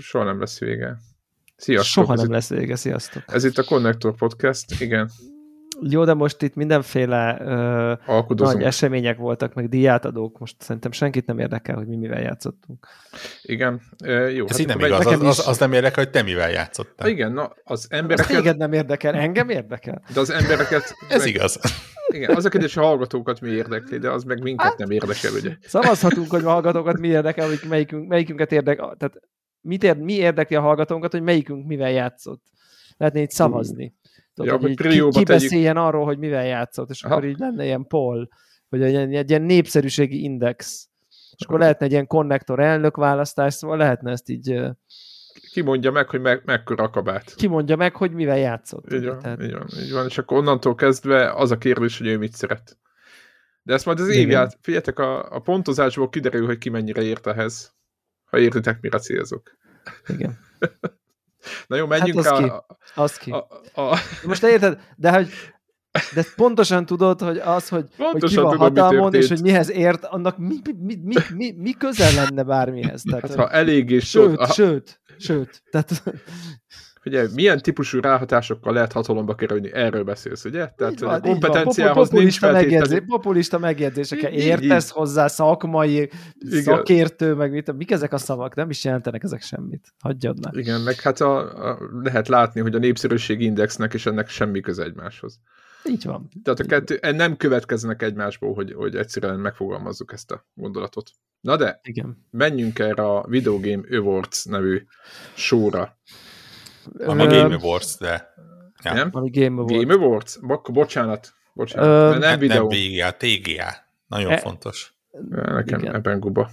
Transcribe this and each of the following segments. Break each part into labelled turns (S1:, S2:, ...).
S1: soha nem lesz vége. Sziasztok!
S2: Soha nem lesz vége, sziasztok!
S1: Ez itt a Connector Podcast, igen.
S2: Jó, de most itt mindenféle nagy események voltak, meg díjátadók. Most szerintem senkit nem érdekel, hogy mi mivel játszottunk.
S1: Igen. Jó.
S3: Ez így nem igaz, az nem érdekel, hogy te mivel játszottál.
S1: Igen, na, az embereket...
S2: Téged nem érdekel, engem érdekel.
S1: De az embereket...
S3: Ez igaz.
S1: Igen, az a kérdés, a hallgatókat mi érdekli, de az meg minket nem érdekel, ugye.
S2: Szavazhatunk, hogy a hallgatókat mi érdekel, hogy melyikünket érdekel. Tehát mi érdekli a hallgatónkat, hogy melyikünk mivel játszott. Lehetne így szavazni. Tudod, hogy ki beszéljen arról, hogy mivel játszott, és akkor így lenne ilyen poll, hogy egy ilyen népszerűségi index. És akkor lehetne egy ilyen konnektor elnökválasztás, szóval lehetne ezt így...
S1: Ki mondja meg, hogy mekkora a kabát.
S2: Ki mondja meg, hogy mivel játszott.
S1: Így van, és akkor onnantól kezdve az a kérdés, hogy ő mit szeret. De ezt majd az évját, figyeljetek, a pontozásból kiderül, hogy ki mennyire ért ehhez, ha értitek, mire célzok.
S2: Igen.
S1: Na jó, menjünk
S2: hát az ki. Most érted, de pontosan tudod, hogy az, hogy ki van hatalmon, és hogy mihez ért, annak mi közel lenne bármihez. Tehát,
S1: hát, ha elég és
S2: sőt. Tehát...
S1: Ugye, milyen típusú ráhatásokkal lehet hatalomba kerülni? Erről beszélsz, ugye? Tehát a kompetenciához nincs feltétlenül.
S2: Populista megjegyzésekkel értesz hozzá, szakmai, szakértő, meg mik ezek a szavak? Nem is jelentenek ezek semmit. Hagyjad meg.
S1: Igen, meg hát lehet látni, hogy a népszerűségi indexnek és ennek semmi köze egymáshoz.
S2: Így van.
S1: Tehát a kettő nem következnek egymásból, hogy egyszerűen megfogalmazzuk ezt a gondolatot. Na de, menjünk erre a Video Game Awards nevű showra.
S3: Ami Game Awards, de...
S1: Ja. Nem?
S2: Ami Game Awards.
S1: Game Awards? Bocsánat. Nem videó.
S3: Nem VGA, TGA. Nagyon fontos.
S1: Nekem ebben guba.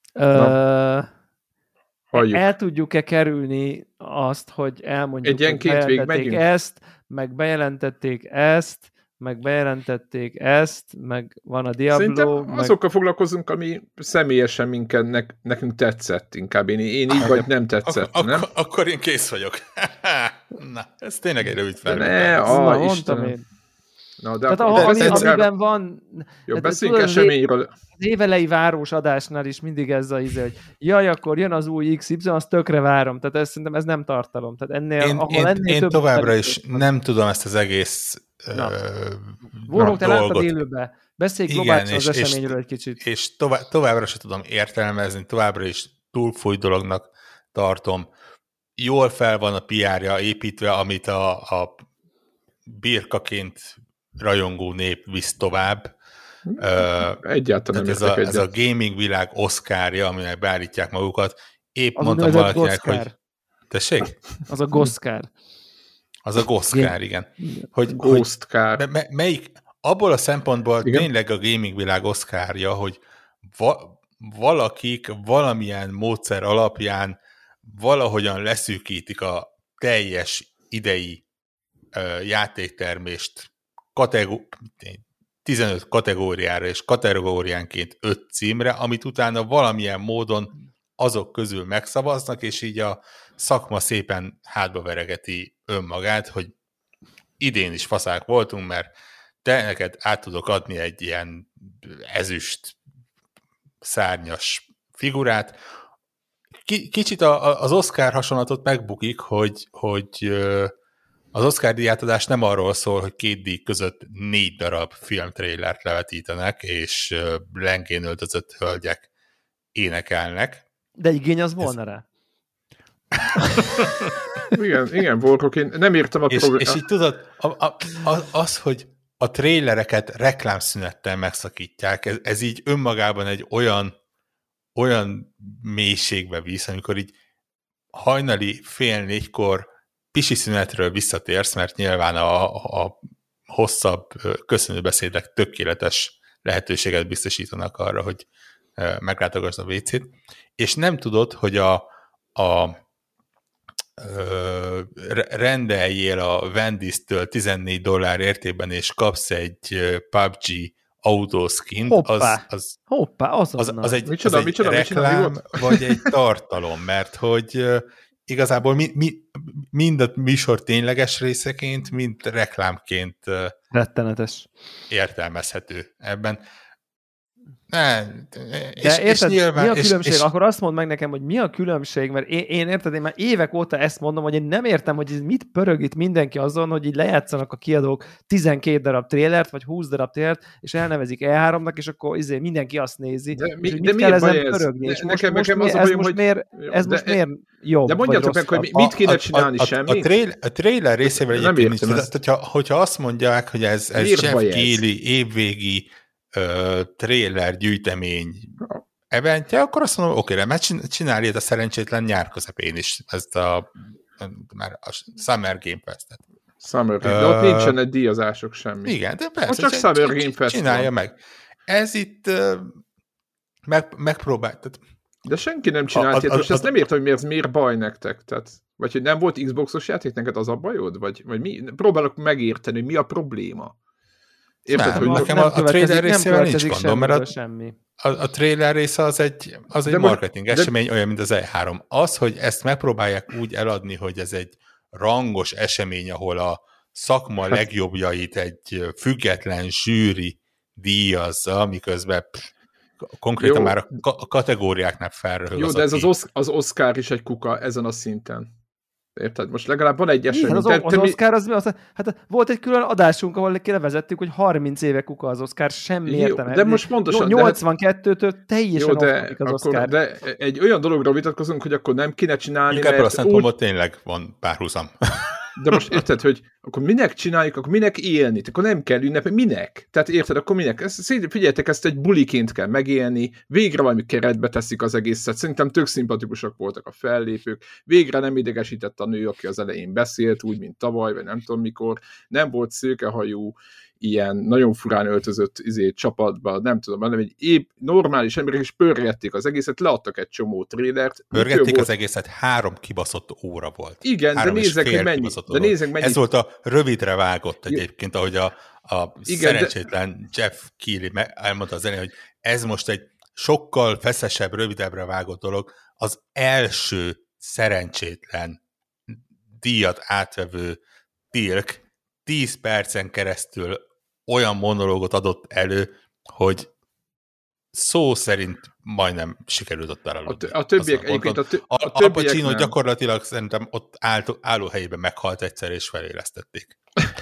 S2: El tudjuk-e kerülni azt, hogy elmondjuk,
S1: egy ilyen két végig megyünk?
S2: Ezt, meg bejelentették ezt, meg van a Diablo.
S1: Szerintem azokkal foglalkozunk, ami személyesen nekünk tetszett inkább. Én így vagy nem tetszett, nem?
S3: Akkor én kész vagyok. Na, ez tényleg egy rövid felvétel.
S2: Mondtam én. Na, de tehát amiben van...
S1: Jó, beszéljünk eseményről.
S2: Az évelei várós adásnál is mindig ez a izé, hogy jaj, akkor jön az új XY, azt tökre várom. Tehát szerintem ez nem tartalom. Tehát
S3: én továbbra is nem tudom ezt az egész
S2: Warhawk, te láttad élőbe. Beszélj globálisan az eseményről egy kicsit.
S3: És továbbra sem tudom értelmezni, továbbra is túlfújt dolognak tartom. Jól fel van a PR-ja építve, amit a birkaként rajongó nép visz tovább.
S1: Egyáltalán nem értek
S3: ez a gaming világ Oscarja, aminek beállítják magukat. Épp az mondtam valakinek, hogy... Tessék?
S2: Az a Goszkár.
S3: Az a Goszkár, igen.
S1: Ghostkár.
S3: Melyik, abból a szempontból tényleg a gaming világ Oscarja, hogy valakik valamilyen módszer alapján valahogyan leszűkítik a teljes idei játéktermést 15 kategóriára és kategóriánként 5 címre, amit utána valamilyen módon azok közül megszavaznak, és így a szakma szépen hátba veregeti önmagát, hogy idén is faszák voltunk, mert te neked át tudok adni egy ilyen ezüst szárnyas figurát. Kicsit az Oscar hasonlatot megbukik, hogy az Oscar díjátadás nem arról szól, hogy 2 díj között 4 darab filmtrailert levetítenek, és lengén öltözött hölgyek énekelnek.
S2: De igény az volna rá.
S1: Igen, Warhawk, én nem írtam a programot.
S3: És így tudod, az, hogy a trailereket reklámszünettel megszakítják, ez így önmagában egy olyan mélységbe visz, amikor így hajnali 3:30 pisi szünetről visszatérsz, mert nyilván a hosszabb köszönőbeszédek tökéletes lehetőséget biztosítanak arra, hogy meglátogass a WC-t, és nem tudod, hogy rendeljél a Wendy's-től $14 értékben, és kapsz egy PUBG autoskint, az egy reklám, vagy egy tartalom, mert hogy igazából mind a műsor tényleges részeként, mind reklámként
S2: rettenetes
S3: értelmezhető ebben.
S2: De érted, nyilván, mi a különbség? Akkor azt mondd meg nekem, hogy mi a különbség, mert én érted, én már évek óta ezt mondom, hogy én nem értem, hogy ez mit pörög itt mindenki azon, hogy így lejátszanak a kiadók 12 darab trélert, vagy 20 darab trélert, és elnevezik E3-nak, és akkor mindenki azt nézi.
S1: De mit kell ezen pörögni?
S2: És most miért jobb?
S1: De mondjatok meg, hogy mit kéne csinálni, semmit?
S3: A trailer részével egyébként nincs. Hogyha azt mondják, hogy ez Jeff Keighley évvégi trailer gyűjtemény eventje, akkor azt mondom, oké, mert csinálj a szerencsétlen nyár közepén is ezt már a Summer Game Fest-et.
S1: Summer Game, de ott nincsenek díjazások semmi.
S3: Igen, de persze.
S1: Ott csak Summer Game Fest
S3: csinálja van. Meg. Ez itt megpróbált.
S1: De senki nem csinált ilyet, és ezt nem értem, hogy miért baj nektek. Tehát, vagy hogy nem volt Xboxos játék neked, az a bajod? Vagy mi? Próbálok megérteni, mi a probléma.
S3: Érted, hogy nekem a trailer részével nincs gondom, mert a trailer része az egy marketing esemény, olyan, mint az E3. Az, hogy ezt megpróbálják úgy eladni, hogy ez egy rangos esemény, ahol a szakma legjobbjait egy független zsűri díjazza, miközben konkrétan már a kategóriáknál felröhög.
S1: Jó, de ez az Oscar is egy kuka ezen a szinten. Érted? Most legalább van egy esemény.
S2: Az Oscar hát volt egy külön adásunk, ahol kilevezettük, hogy 30 éve kuka az Oscar, semmi értelme.
S1: De most pontosan...
S2: 82-től teljesen az Oscar.
S1: De egy olyan dologról vitatkozunk, hogy akkor nem kéne csinálni,
S3: inkább azt mondom, hogy tényleg van párhuzam.
S1: De most érted, hogy akkor minek csináljuk, akkor minek élni? Akkor nem kell ünnepelni. Minek? Tehát érted, akkor minek? Figyeljetek, ezt egy buliként kell megélni, végre valami keretbe teszik az egészet. Szerintem tök szimpatikusak voltak a fellépők, végre nem idegesített a nő, aki az elején beszélt, úgy, mint tavaly, vagy nem tudom mikor. Nem volt szőkehajú, ilyen nagyon furán öltözött csapatban, nem tudom, hanem egy épp normális emberek is pörgették az egészet, leadtak egy csomó trélert.
S3: Pörgették az egészet, 3 kibaszott óra volt.
S1: Igen, de nézzek, hogy mennyi.
S3: Ez volt a rövidre vágott egyébként, ahogy a szerencsétlen Jeff Keighley elmondta az elején, hogy ez most egy sokkal feszesebb, rövidebbre vágott dolog. Az első szerencsétlen díjat átvevő Tilk 10 percen keresztül olyan monológot adott elő, hogy szó szerint majdnem sikerült ott elaludni.
S1: A többiek egyébként
S3: Al Pacino gyakorlatilag szerintem ott álló helyében meghalt egyszer, és felélesztették.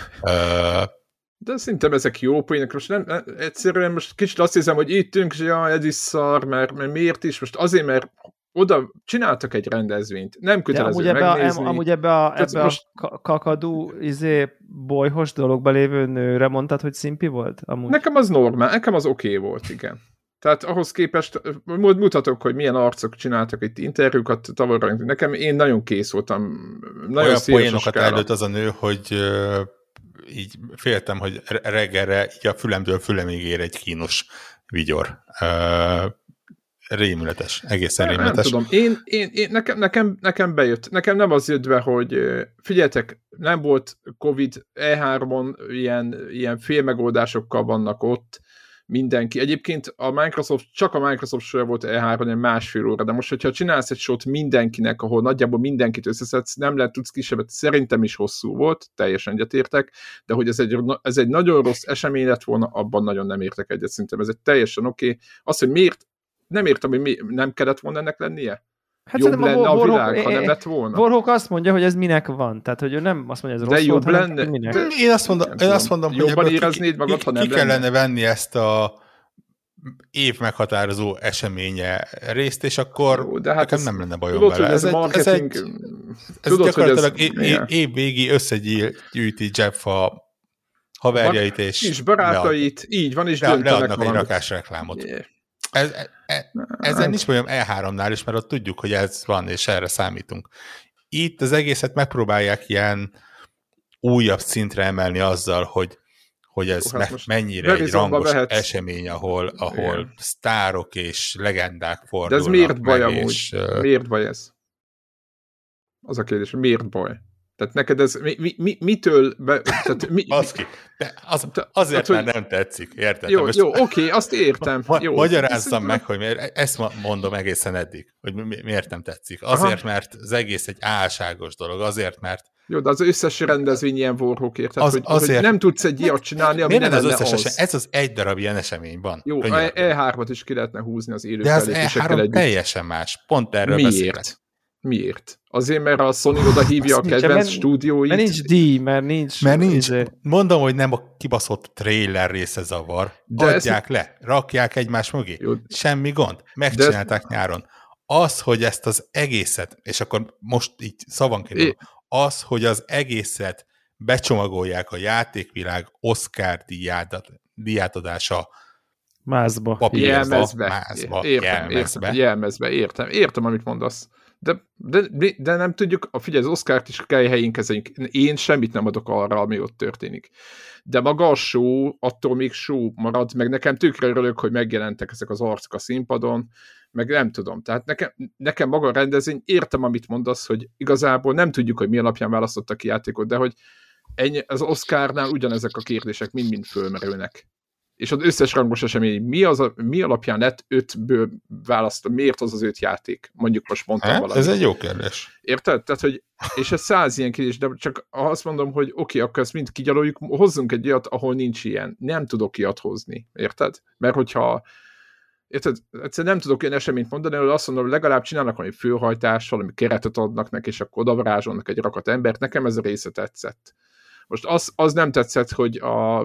S1: De szerintem ezek jó poénok. Most nem, egyszerűen most kicsit azt hiszem, hogy itt ülünk, és ez is szar, mert miért is? Most azért, mert oda csináltak egy rendezvényt, nem kötelező megnézni.
S2: Amúgy ebbe a kakadú bolyhos dologba lévő nőre mondtad, hogy szimpi volt? Amúgy.
S1: Nekem az normál, nekem az oké volt, igen. Tehát ahhoz képest mutatok, hogy milyen arcok csináltak itt interjúkat, nekem én nagyon kész voltam. Nagyon
S3: olyan poénokat előtt az a nő, hogy így féltem, hogy reggelre így a fülemtől fülemig ér egy kínos vigyor. Rémületes, egészen rémületes.
S1: Nem tudom, nekem bejött. Nekem nem az jött be, hogy figyeljetek, nem volt Covid, E3-on ilyen félmegoldásokkal vannak ott mindenki. Egyébként csak a Microsoft show volt E3-on egy másfél óra, de most, hogyha csinálsz egy showt mindenkinek, ahol nagyjából mindenkit összeszedsz, nem lehet tudsz kisebbet, szerintem is hosszú volt, teljesen egyetértek, de hogy ez egy nagyon rossz esemény lett volna, abban nagyon nem értek egyet, szerintem ez egy teljesen oké. Az, hogy miért nem értem, hogy nem kellett volna ennek lennie? Hát jobb lenne a világ, ha nem lett volna.
S2: Warhawk azt mondja, hogy ez minek van. Tehát, hogy ő nem azt mondja, ez rossz
S1: jobb
S2: volt,
S1: lenne.
S2: Minek.
S3: Én azt mondom, hogy
S1: jobban éreznéd magad, ha nem
S3: ki kellene venni ezt a év meghatározó eseménye részt, és akkor jó, de hát nekem nem lenne bajom
S1: tudod, vele. Ez
S3: gyakorlatilag évvégi összegyűjti Jeff a haverjait, és
S1: kis barátait, így van, és
S3: leadnak egy rakás reklámot. Ezzel nincs olyan E3-nál is, mert ott tudjuk, hogy ez van, és erre számítunk. Itt az egészet megpróbálják ilyen újabb szintre emelni azzal, hogy ez mennyire egy rangos esemény, ahol sztárok és legendák fordulnak.
S1: De ez miért baj amúgy? Miért baj ez? Az a kérdés, miért baj? Tehát neked ez mitől...
S3: Azért már nem tetszik, érted?
S1: Jó, oké, azt értem.
S3: Magyarázzam meg, hogy ezt mondom egészen eddig, hogy miért nem tetszik. Azért, mert az egész egy álságos dolog, azért, mert
S1: Jó, de az összes rendezvény ilyen Warhawkért, tehát hogy nem tudsz egy ilyet csinálni, ami nem lenne az.
S3: Ez az egy darab ilyen esemény van.
S1: Jó, E3-at is ki lehetne húzni az élő
S3: de az E3 teljesen más. Pont erről beszélek.
S1: Miért? Azért, mert a Sony oda hívja a kedvenc stúdióit.
S2: Mert nincs díj, mert nincs.
S3: Mondom, hogy nem a kibaszott trailer része zavar. De adják le, rakják egymás mögé. Jó. Semmi gond. Megcsinálták nyáron. Az, hogy ezt az egészet, és akkor most így szavanként az, hogy az egészet becsomagolják a játékvilág Oscar díjátadása
S2: mázba.
S1: Papírba. Jelmezbe. Értem, amit mondasz. De nem tudjuk, figyelj, az Oscart is kell helyén kezeljünk. Én semmit nem adok arra, ami ott történik. De maga a show, attól még show marad, meg nekem tökre örülök, hogy megjelentek ezek az arcok a színpadon, meg nem tudom. Tehát nekem maga a rendezvény, értem, amit mondasz, hogy igazából nem tudjuk, hogy mi alapján választottak ki játékot, de hogy az Oscarnál ugyanezek a kérdések mind-mind fölmerülnek. És az összes rangos esemény, mi alapján lett 5-ből választva, miért az 5 játék? Mondjuk most mondtam valamit.
S3: Ez egy jó kérdés.
S1: Érted? Tehát, hogy, és ez 100 ilyen kérdés, de csak azt mondom, hogy oké, akkor ezt mind kigyaloljuk, hozzunk egy ilyet, ahol nincs ilyen. Nem tudok ilyet hozni. Érted? Mert hogyha érted? Egyszerűen nem tudok ilyen eseményt mondani, hogy azt mondom, hogy legalább csinálnak valami főhajtást, valami keretet adnak neki, és akkor odavarázsolnak egy rakat embert. Nekem ez a része tetszett. Most az nem tetszett, hogy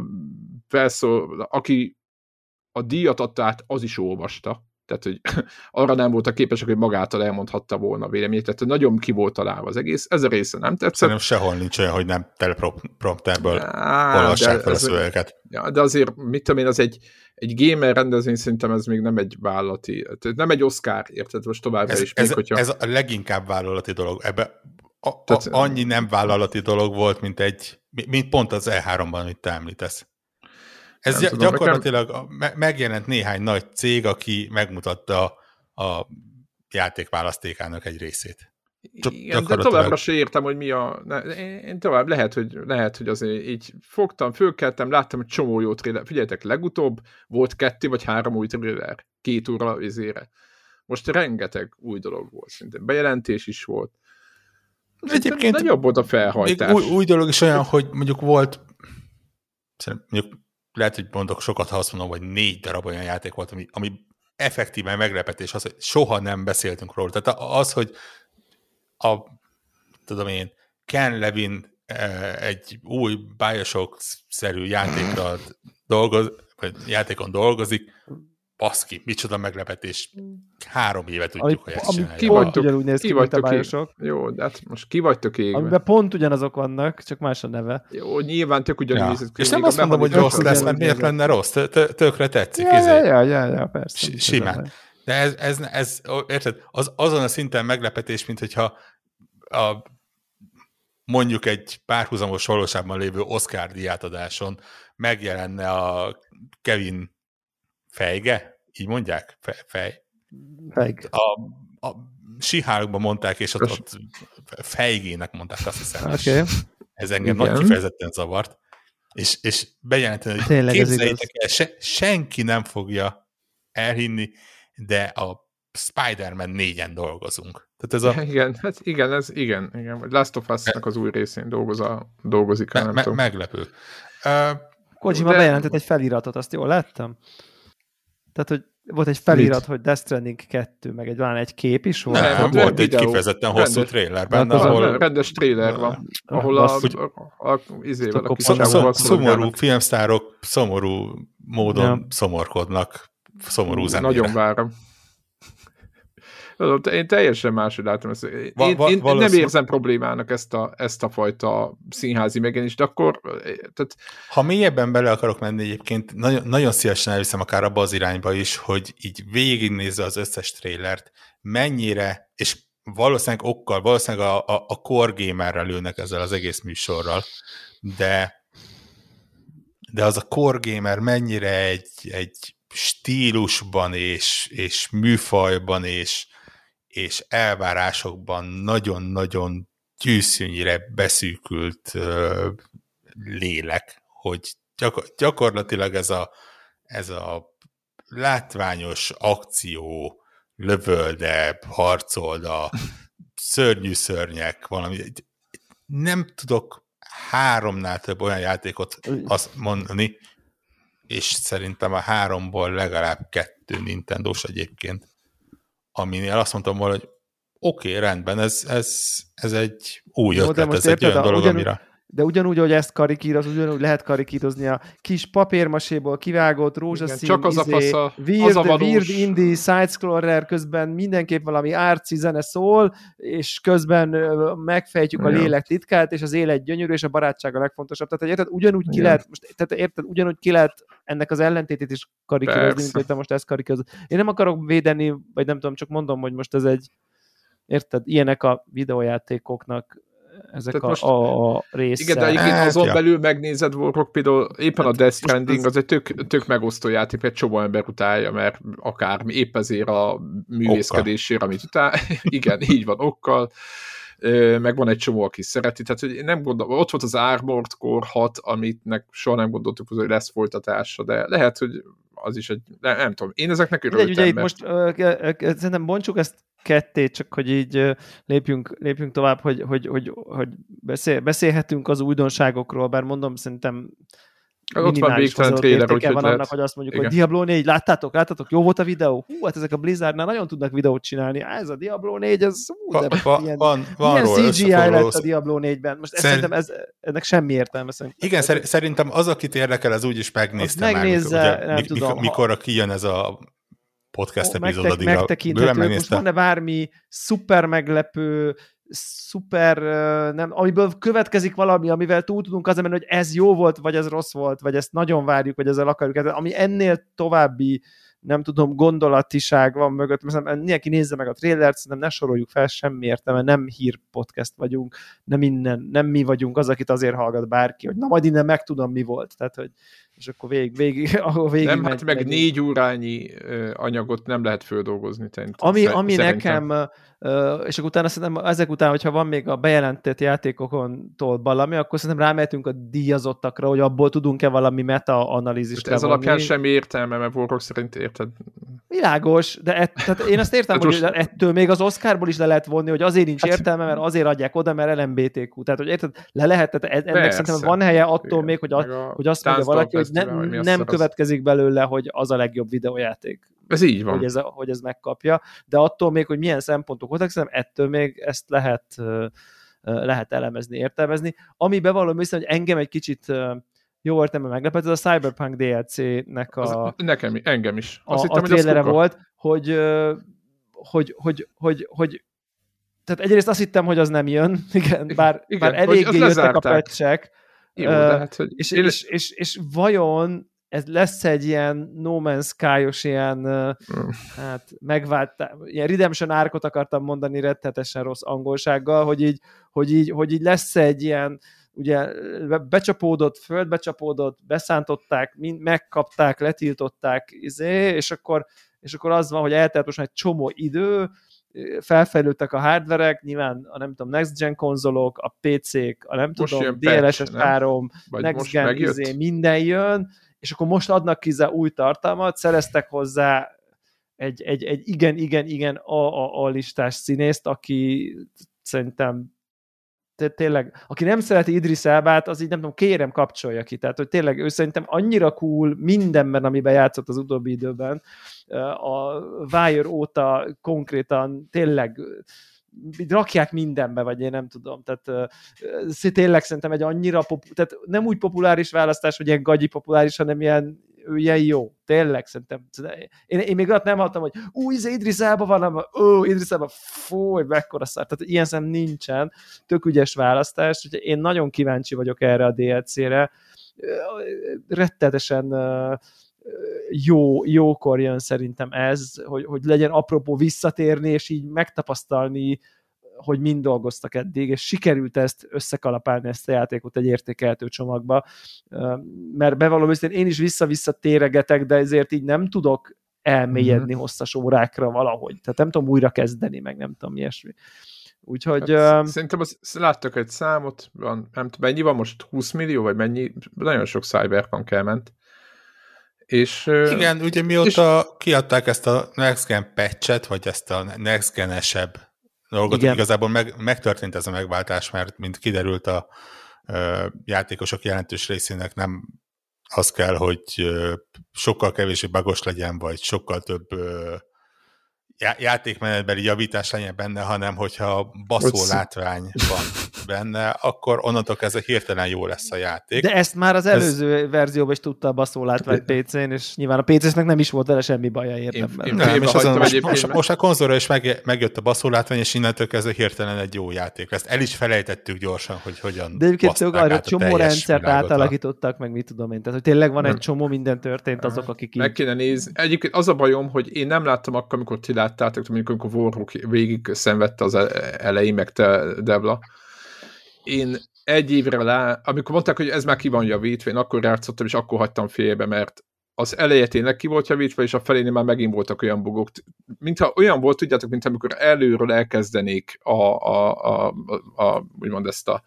S1: aki a díjat adta át, az is olvasta. Tehát, hogy arra nem voltak képesek, hogy magától elmondhatta volna a véleményét. Tehát nagyon ki volt találva az egész. Ez a része nem tetszett.
S3: Szerintem sehol nincs olyan, hogy nem teleprompterből olvassák fel a szövegeket.
S1: Ja, de azért, mit tudom én, az egy gamer rendezvény, szerintem ez még nem egy vállalati, nem egy Oscar, érted? Most továbbra is.
S3: Ez a leginkább vállalati dolog. Ebbe annyi nem vállalati dolog volt, mint pont az E3-ban, amit te említesz. Ez gyakorlatilag megjelent néhány nagy cég, aki megmutatta a játékválasztékának egy részét.
S1: Igen, de továbbra se értem, hogy mi én tovább lehet, hogy azért így fogtam, fölkeltem, láttam egy csomó jó trailer. Figyeljetek, legutóbb volt 2 vagy 3 új trailer, 2 óra izére. Most rengeteg új dolog volt, szintén bejelentés is volt. Egyébként nagyobb volt a felhajtás.
S3: Új dolog is olyan, hogy mondjuk volt, mondjuk lehet, hogy mondok sokat, ha azt mondom, hogy 4 darab olyan játék volt, ami effektíven meglepetés, az, hogy soha nem beszéltünk róla. Tehát az, hogy Ken Levin egy új Bioshock-szerű játékon dolgozik, baszki, micsoda meglepetés. 3 éve tudjuk, hogy ezt csinálják.
S2: Ki vagytok égve.
S1: Jó, de hát most ki vagytok égve.
S2: Amiben pont ugyanazok vannak, csak más a neve.
S1: Jó, nyilván tök ugyanúgy.
S3: Ja. És nem azt mondom, hogy rossz lesz, mert miért lenne rossz? Tökre tetszik.
S2: Ja, persze.
S3: Simán. De ez érted, azon a szinten meglepetés, mint hogyha mondjuk egy párhuzamos valóságban lévő Oscar díjátadáson megjelenne a Kevin Feige, így mondják?
S2: Feige.
S3: A She-Hulkban mondták, és ott Feigének mondták, azt hiszem.
S2: Okay.
S3: Ez engem nagy kifejezetten zavart. És bejelenteni, hogy képzeljétek el, senki nem fogja elhinni, de a Spider-Man 4-en dolgozunk. Tehát ez igen. Last of Us-nak az új részén dolgozik. Meglepő.
S2: Kojima bejelentett egy feliratot, azt jól láttam? Tehát, hogy volt egy felirat, hogy Death Stranding 2, meg van egy kép is volt?
S3: Nem, volt egy kifejezetten hosszú trailer benne, ahol...
S1: Rendes trailer van, ahol
S3: szomorú filmsztárok szomorú módon szomorkodnak, szomorú zenére.
S1: Nagyon várom. Én teljesen máshogy látom ezt. Én nem érzem problémának ezt a fajta színházi megjelenést, de akkor... Tehát...
S3: Ha mélyebben bele akarok menni egyébként, nagyon, nagyon szívesen elviszem akár abba az irányba is, hogy így végignézve az összes trailert, mennyire, és valószínűleg a core gamerre lőnek ezzel az egész műsorral, de az a core gamer mennyire egy stílusban és műfajban és elvárásokban nagyon-nagyon gyűszűnyire beszűkült lélek, hogy gyakorlatilag ez a látványos akció, lövölde, harcolda, szörnyű szörnyek, valami nem tudok 3-nál több olyan játékot azt mondani, és szerintem a 3-ból legalább 2 Nintendós egyébként, aminél azt mondtam volna, hogy oké, rendben, ez egy új ötlet, ez egy olyan dolog, amire...
S2: De ugyanúgy, hogy ezt karikíroz, ugyanúgy lehet karikírozni a kis papírmaséból kivágott rózsaszín,
S1: csak az
S2: weird indie side-scroller, közben mindenképp valami arci zene szól, és közben megfejtjük a lélek titkát, és az élet gyönyörű, és a barátság a legfontosabb. Tehát érted, ugyanúgy ki lehet ennek az ellentétét is karikírozni, mint hogy te most ezt karikírozod. Én nem akarok védeni, vagy nem tudom, csak mondom, hogy most ez egy, érted, ilyenek a videójátékoknak ezek a része.
S1: Igen, de egyébként azon belül megnézed, Warrock, például éppen a Death Stranding az egy tök megosztó játék, egy csomó ember utálja, mert akármi, épp ezért a művészkedésére, amit utál. Igen, így van, okkal. Meg van egy csomó, aki szereti. Tehát hogy nem gondolom, ott volt az Armored Core 6, amitnek soha nem gondoltuk, hogy lesz folytatása, de lehet, hogy az is egy, nem tudom, én ezeknek örültem.
S2: Ugye itt most szerintem bontsuk ezt ketté, csak hogy így lépjünk tovább, hogy beszélhetünk az újdonságokról, bár mondom, szerintem
S1: ott van végtelen trailer,
S2: úgyhogy van annak, hogy azt mondjuk, igen, hogy Diablo 4, láttátok, jó volt a videó? Hát ezek a Blizzardnál nagyon tudnak videót csinálni. Ez a Diablo 4, ez milyen CGI lett a Diablo 4-ben. Most szerintem ennek semmi értelme.
S3: Igen, szerintem az, akit érdekel, az úgyis megnézze már. Mikorra kijön ez a podcast epizód, addigra
S2: megtekinthető. Most van-e bármi szuper meglepő, amiből következik valami, amivel túl tudunk azért menni, hogy ez jó volt, vagy ez rossz volt, vagy ezt nagyon várjuk, vagy ezzel akarjuk. Ami ennél további, nem tudom, gondolatiság van mögött. Mesela mindenki nézze meg a trailert, szerintem ne soroljuk fel, semmi értelme, nem hírpodcast vagyunk, nem mi vagyunk az, akit azért hallgat bárki, hogy na majd innen megtudom, mi volt. Tehát, hogy és akkor végig
S1: nem, hát meg 4 órányi anyagot nem lehet földolgozni.
S2: Ami nekem, és akkor utána szerintem ezek után, hogyha van még a bejelentett játékokontól valami, akkor szerintem rámehetünk a díjazottakra, hogy abból tudunk-e valami meta-analízist
S1: levonni. Ez alapján semmi értelme, mert Warrock szerint érted.
S2: Világos, de tehát én azt értem, hogy most... ettől még az Oscarból is le lehet vonni, hogy azért nincs értelme, mert azért adják oda, mert LMBTQ. Tehát, hogy érted, le lehet, tehát ennek szerintem van helye attól még, hogy azt mondja valaki, hogy nem következik belőle, hogy az a legjobb videójáték.
S1: Ez így van.
S2: Hogy ez megkapja, de attól még, hogy milyen szempontok voltak, szerintem ettől még ezt lehet elemezni, értelmezni. Ami bevallom viszont, hogy engem egy kicsit jó értelme meglepett, ez a Cyberpunk DLC-nek
S1: engem is.
S2: Azt hittem, a trailere volt, hogy tehát egyrészt azt hittem, hogy az nem jön, igen, bár eléggé jöttek a patchek, és vajon ez lesz egy ilyen No Man's Sky-os ilyen, hát ilyen Redemption Arc-ot akartam mondani rettetesen rossz angolsággal, hogy így lesz egy ilyen, ugye földbe csapódott, beszántották, megkapták, letiltották, és akkor az van, hogy eltelt most már egy csomó idő, felfejlődtek a hardverek, nyilván a nem tudom, next gen konzolok, a PC-k, a nem tudom, DLSS 3, next gen minden jön, és akkor most adnak ki új tartalmat, szereztek hozzá egy igen a listás színészt, aki szerintem tényleg, aki nem szereti Idris Elbát, az így nem tudom, kérem kapcsolja ki. Tehát, hogy tényleg ő szerintem annyira cool mindenben, amiben játszott az utóbbi időben. A Wire óta konkrétan tényleg rakják mindenbe, vagy én nem tudom. Tehát tényleg szerintem egy annyira tehát nem úgy populáris választás, hogy ilyen gagyi populáris, hanem ilyen jó. Tényleg szerintem. Én még ott nem hallottam, hogy Idris Elba van, Idris Elba, hogy mekkora szár. Tehát ilyen szem nincsen. Tök ügyes választás. Úgyhogy én nagyon kíváncsi vagyok erre a DLC-re. Rettetesen jókor jön szerintem ez, hogy legyen apropó visszatérni, és így megtapasztalni, hogy mind dolgoztak eddig, és sikerült ezt összekalapálni, ezt a játékot egy értékelhető csomagba, mert bevallom őszintén, én is vissza-vissza téregetek, de ezért így nem tudok elmélyedni hosszas órákra valahogy. Tehát nem tudom újra kezdeni, meg nem tudom ilyesmi. Úgyhogy...
S1: Hát, szerintem láttak egy számot, nem tudom, mennyi van most? 20 millió, vagy mennyi? Nagyon sok Cyberpunk elment. És,
S3: igen, ugye mióta kiadták ezt a Next Gen patchet, vagy ezt a Next Gen-esebb dolgot, igazából megtörtént ez a megváltás, mert mint kiderült a játékosok jelentős részének nem az kell, hogy sokkal kevésbé bagos legyen, vagy sokkal több játékmenetbeli javítás legyen benne, hanem hogyha baszó látvány van benne, akkor onnantól kezdve hirtelen jó lesz a játék.
S2: De ezt már az előző verzióban is tudta a baszó látvány PC-n, és nyilván a PC-snek nem is volt vele semmi baja érdemben.
S3: Most a konzolra is megjött a baszó látvány, és innentől kezdve hirtelen egy jó játék lesz. El is felejtettük gyorsan, hogy hogyan
S2: de egyébként arra csomó rendszert átalakítottak, meg mit tudom én. Tehát, hogy tényleg van egy csomó minden történt azok, akik
S1: meg kéne nézni. Egyébként az a bajom, hogy én nem láttam akkor, amikor ti láttátok, amikor Warhawk végig szenvedte az elején, meg te, Debla. Én egy évre amikor mondták, hogy ez már ki van javítva, én akkor játszottam, és akkor hagytam félbe, mert az eleje tényleg ki volt javítva, és a felénél már megint voltak olyan bugok. Mintha olyan volt, tudjátok, mint amikor előről elkezdenék úgymond ezt a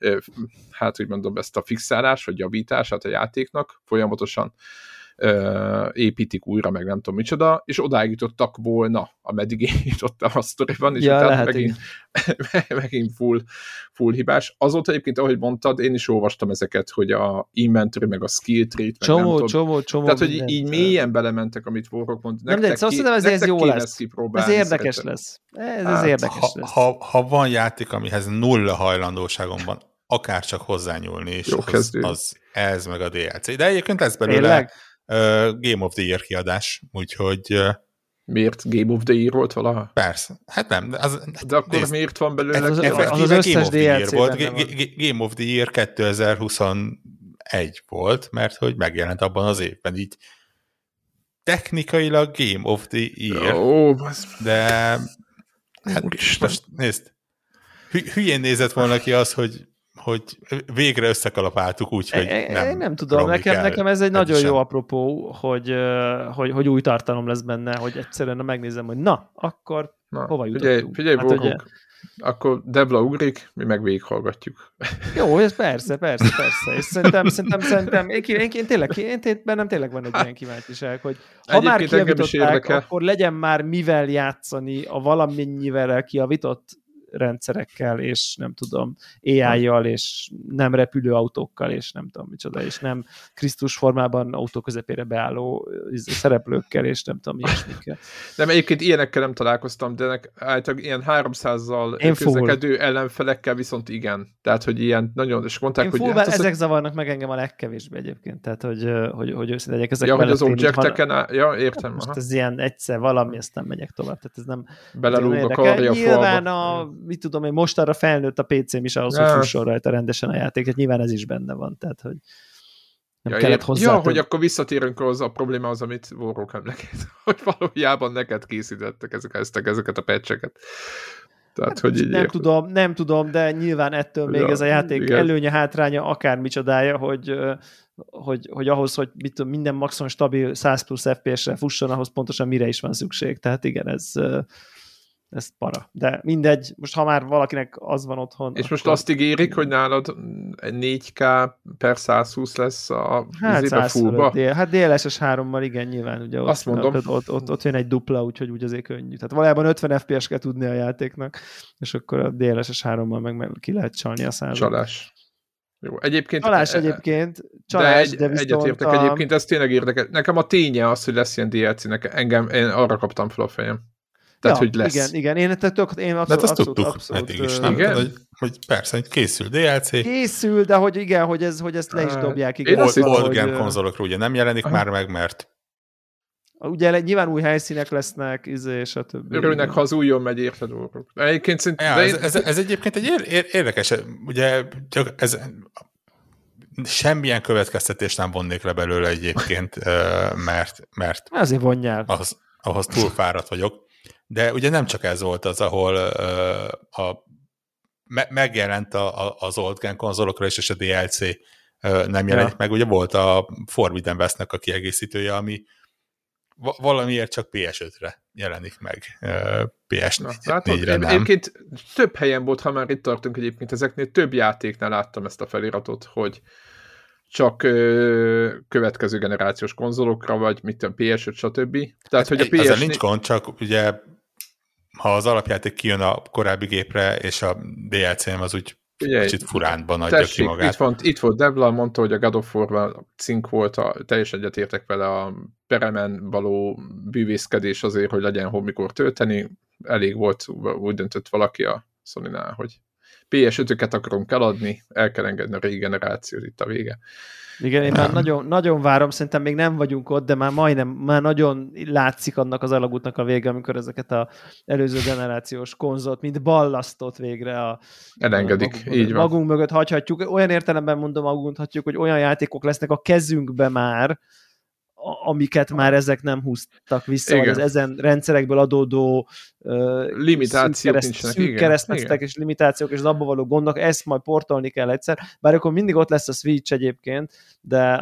S1: ezt a fixálás, vagy javítását a játéknak folyamatosan építik újra, meg nem tudom micsoda, és odáig jutottak volna, ameddig én jutottam a sztoriban, és utána megint full hibás. Azóta egyébként, ahogy mondtad, én is olvastam ezeket, hogy a inventory, meg a skill tree,
S2: csomó.
S1: Tehát, hogy így mélyen belementek, amit Warhawk mondta.
S2: Nem, de szóval ez jó lesz. Ez érdekes lesz. Ez érdekes lesz.
S3: Ha van játék, amihez nulla hajlandóságom van, akár csak hozzányúlni, és ez meg a DLC. De egyébként lesz belőle Game of the Year kiadás, úgyhogy...
S1: Miért Game of the Year volt valaha?
S3: Persze. Hát nem.
S1: De akkor miért van belőle?
S2: Az összes DLC
S3: volt. Game of the Year 2021 volt, mert hogy megjelent abban az évben. Így technikailag Game of the Year. De hát most nézd. Hülyén nézett volna ki az, hogy végre összekalapáltuk úgy, hogy
S2: nem tudom, nekem ez egy nagyon jó apropó, hogy új tartalom lesz benne, hogy egyszerűen megnézem, hogy akkor hova jutottunk.
S1: Figyelj, akkor Debla ugrik, mi meg végighallgatjuk.
S2: Jó, ez persze. És szerintem én bennem tényleg van egy ilyen kíváncsiság, hogy ha már kijavították, akkor legyen már mivel játszani a valamennyivel kijavított rendszerekkel, és nem tudom, AI-jal, és nem repülő autókkal, és nem tudom micsoda, és nem Krisztus formában autó közepére beálló szereplőkkel, és nem tudom, ilyesmikkel.
S1: Nem, egyébként ilyenekkel nem találkoztam, de általában ilyen 300-zal közlekedő ellenfelekkel viszont igen. Tehát, hogy ilyen nagyon, és mondták, hogy...
S2: Hát ezek zavarnak meg engem a legkevésbé egyébként, tehát, hogy őszintén legyek ezek
S1: hogy az objecteken, értem.
S2: Most ez ilyen egyszer valami, ezt nem megyek tovább, tehát ez nem...
S1: Belelúg a karja
S2: falba. Mit tudom én, most arra felnőtt a PC-m is ahhoz, hogy fusson rajta rendesen a játék, tehát nyilván ez is benne van, tehát hogy nem kellett hozzá.
S1: Hogy akkor visszatérünk az a problémához, amit Warhawk emleget, hogy valójában neked készítettek ezeket a patcheket. Tehát, hogy így
S2: nem tudom, de nyilván ettől még ez a játék előnye, hátránya, akár micsodája, hogy ahhoz, hogy minden maximum stabil 100 plusz FPS-re fusson, ahhoz pontosan mire is van szükség. Tehát igen, ez para. De mindegy, most ha már valakinek az van otthon...
S1: És most azt ígérik, hogy nálad 4K per 120 lesz a fullba?
S2: Hát DLSS 3-mal igen, nyilván. Ugye
S1: azt mondom.
S2: Ott jön egy dupla, úgyhogy úgy azért könnyű. Tehát valójában 50 FPS kell tudni a játéknak, és akkor a DLSS 3-mal meg ki lehet csalni a 100-at.
S1: Csalás. Jó, egyébként...
S2: Csalás,
S1: de viszont... Egyetértek egyébként, ez tényleg érdekes. Nekem a ténye az, hogy lesz ilyen DLC, én arra kaptam fel a fejem. Tehát, hogy lesz.
S2: Igen. Én
S3: azt tudtuk eddig is, nem? Hogy persze, hogy készül DLC.
S2: Készül, de hogy igen, hogy ezt le is dobják.
S3: Old Game konzolokra ugye nem jelenik már meg, mert
S2: ugye nyilván új helyszínek lesznek, és a többi.
S1: Örülnek, ha az újon megy, érted dolgok. Egyébként
S3: ez egyébként egy érdekes, ugye ez semmilyen következtetést nem vonnék le belőle egyébként, mert
S2: azért vonjál.
S3: Ahhoz túl fáradt vagyok. De ugye nem csak ez volt az, ahol megjelent az Old Gen konzolokra is, és a DLC nem jelent meg. Ugye volt a Forbidden Westnek a kiegészítője, ami valamiért csak PS5-re jelenik meg. PS4-re nem.
S1: Egyébként több helyen volt, ha már itt tartunk egyébként, ezeknél több játéknál láttam ezt a feliratot, hogy csak következő generációs konzolokra, vagy mit tudom, PS5, stb. Tehát, hogy a PS4...
S3: Ezzel nincs gond, csak ugye ha az alapjáték kijön a korábbi gépre, és a DLC-m az úgy kicsit furánban adja ki magát.
S1: Itt volt Devla, mondta, hogy a God of War cink volt, teljesen egyetértek vele, a peremen való bűvészkedés azért, hogy legyen hol mikor tölteni. Elég volt, úgy döntött valaki a Sony-nál, hogy PS5-öket akarunk eladni, el kell engedni a régi generációt, itt a vége.
S2: Igen, én már nagyon, nagyon várom, szerintem még nem vagyunk ott, de már nagyon látszik annak az alagútnak a vége, amikor ezeket az előző generációs konzolt, mint ballasztot végre
S1: elengedik, így van.
S2: Magunk mögött hagyhatjuk. Olyan értelemben mondom, magunk hagyjuk, hogy olyan játékok lesznek a kezünkbe már, amiket már ezek nem húztak vissza, vagy az ezen rendszerekből adódó
S1: limitációk
S2: szűk keresztmetszetek és limitációk, és az abba való gondok, ezt majd portolni kell egyszer, bár akkor mindig ott lesz a Switch egyébként, de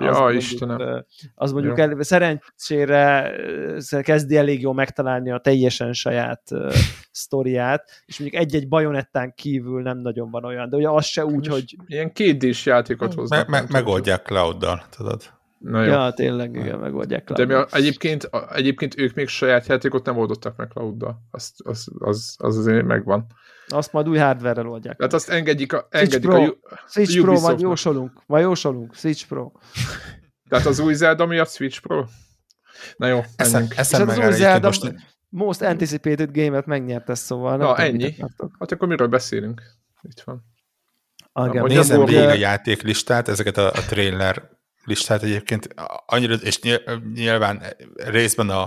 S2: az mondjuk szerencsére kezdi elég jól megtalálni a teljesen saját sztoriát, és mondjuk egy-egy Bajonettán kívül nem nagyon van olyan, de ugye az se úgy, hogy...
S1: Ilyen 2D-s játékot hoznak.
S3: Megoldják cloud-dal, tudod?
S2: Ja, tényleg, igen, megoldják cloud-dal.
S1: De egyébként ők még saját játékot nem oldottak meg cloud-dal. Az azért megvan.
S2: Azt majd új hardware-rel oldják.
S1: Tehát azt engedjük
S2: Switch Pro, majd jósolunk. Switch Pro.
S1: Tehát az új Zelda miatt Switch Pro? Na jó,
S2: és az új Zelda most anticipated game-et megnyerte, szóval.
S1: Na, ennyi. Hát akkor miről beszélünk? Itt van.
S3: Nézem végig a játéklistát, ezeket a trailer listát egyébként annyira, és nyilván részben a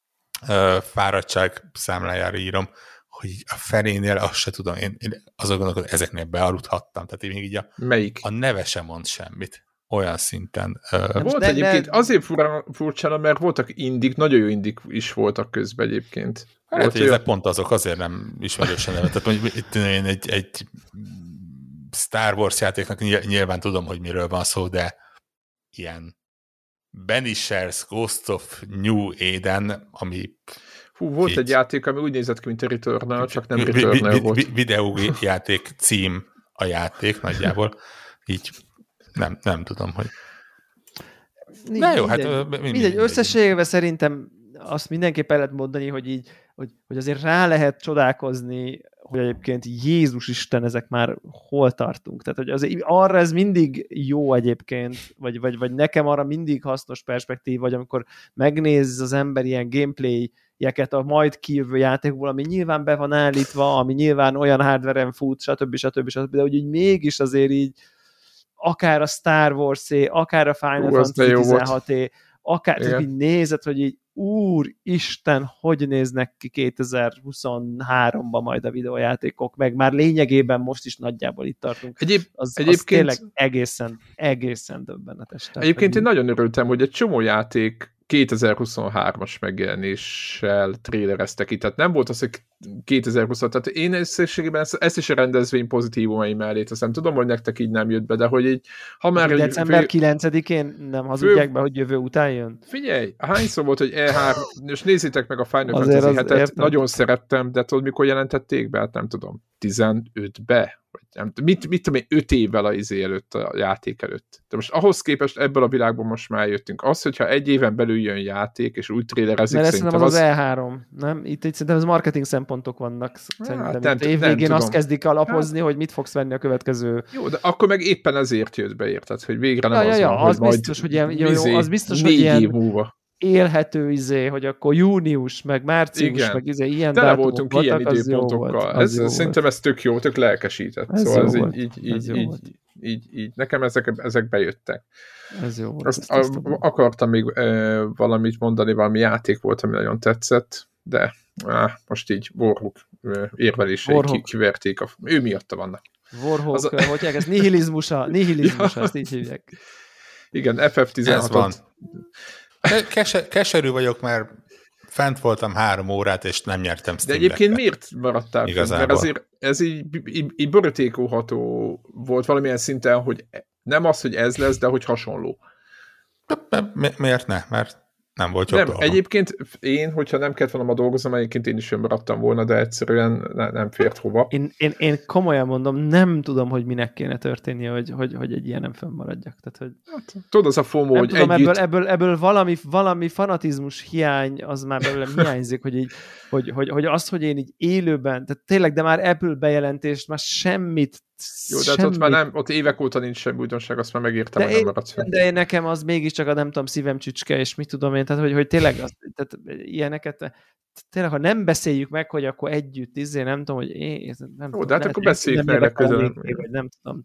S3: fáradtság számlájára írom, hogy a felénél azt se tudom, én azon gondolok, hogy ezeknél bealudhattam, tehát én még így a neve sem mond semmit. Olyan szinten.
S1: Volt egyébként, azért furcsána, mert voltak indik, nagyon jó indik is voltak közben egyébként.
S3: Hát, hogy ezek pont azok, azért nem ismerősen neve. Tehát mondjuk itt én egy Star Wars játéknak nyilván tudom, hogy miről van szó, de ilyen Banishers Ghost of New Eden, ami...
S1: volt egy játék, ami úgy nézett ki, mint a Returnal, csak nem Returnal volt.
S3: Videójáték cím a játék nagyjából. Így nem tudom, hogy...
S2: Na jó, mindegy. Összességében szerintem azt mindenképp el lehet mondani, hogy azért rá lehet csodálkozni, hogy egyébként Jézus Isten, ezek már hol tartunk. Tehát, hogy azért arra ez mindig jó egyébként, vagy nekem arra mindig hasznos perspektív, vagy amikor megnéz az ember ilyen gameplay-jeket a majd kijövő játékból, ami nyilván be van állítva, ami nyilván olyan hardware-en fut, stb. De hogy így mégis azért így akár a Star Wars-é, akár a Final Fantasy 16-é, akár így nézed, hogy így úristen, hogy néznek ki 2023-ban majd a videójátékok, meg már lényegében most is nagyjából itt tartunk. Az tényleg egészen döbbenetes.
S1: Egyébként én nagyon örültem, hogy egy csomó játék 2023-as megjelenéssel trélereztek itt. Tehát nem volt az, hogy 2020, tehát én összességében ezt is a rendezvény pozitívumai mellé teszem. Tudom, hogy nektek így nem jött be, de hogy így, ha már...
S2: December 9-én nem hazudják be, hogy jövő után jön?
S1: Figyelj, hányszor volt, hogy E3, és nézzétek meg a Final Fantasy 7-et, nagyon szerettem, de tudod, mikor jelentették be? Hát nem tudom, 15-be? Mit tudom én, 5 évvel előtt, a játék előtt. De most ahhoz képest ebből a világban most már jöttünk. Az, hogyha egy éven belül jön játék, és úgy trélerezik,
S2: szerintem az E3, nem? Itt szerintem az marketing szempontok vannak. Szerintem évvégén azt kezdik alapozni, hogy mit fogsz venni a következő...
S1: Jó, de akkor meg éppen ezért jött be, érted? Hogy végre nem az van,
S2: az
S1: hogy
S2: biztos, hogy az biztos, hogy ilyen élhető hogy akkor június, meg március, meg ilyen
S1: tele voltunk ilyen időpontokkal. Szerintem ez tök jó, tök lelkesített. Szóval ez így nekem ezek bejöttek.
S2: Ez jó volt.
S1: Azt akartam még valamit mondani, valami játék volt, ami nagyon tetszett, de most így Warhawk érvelései kiverték. Ő miatta vannak.
S2: Warhawk, hogy ez nihilizmusa, ezt így hívják.
S1: Igen, FF16-ot.
S3: Keserű vagyok, mert fent voltam 3 órát, és nem nyertem Steam
S1: Deckbe. De egyébként miért maradtál fent? Mert azért ez így borítékolható volt valamilyen szinten, hogy nem az, hogy ez lesz, de hogy hasonló.
S3: Miért ne? Mert Nem volt jobb dolgom.
S1: Egyébként én, hogyha nem kellett volna ma dolgoznom, egyébként én is maradtam volna, de egyszerűen nem fért hova.
S2: Én komolyan mondom, nem tudom, hogy minek kéne történnie, hogy egy ilyen nem fönnmaradjak. Tehát, hogy...
S1: Hát, tudod, az a FOMO, hogy
S2: tudom,
S1: együtt...
S2: Ebből valami fanatizmus hiány, az már belőlem hiányzik, hogy az, hogy én így élőben, tehát tényleg, de már Apple bejelentést, már semmit.
S1: Jó, de ott már nem, ott évek óta nincs semmi újtonság, azt már megírtam, hogy nem maradsz fel.
S2: De nekem az mégiscsak a nem tudom, szívem csücske, és mit tudom én, tehát hogy tényleg tehát ilyeneket, tényleg, ha nem beszéljük meg, hogy akkor együtt, nem tudom, hogy nem tudom.
S1: De hát akkor beszéljük meg legközelebb.
S2: Vagy nem tudom.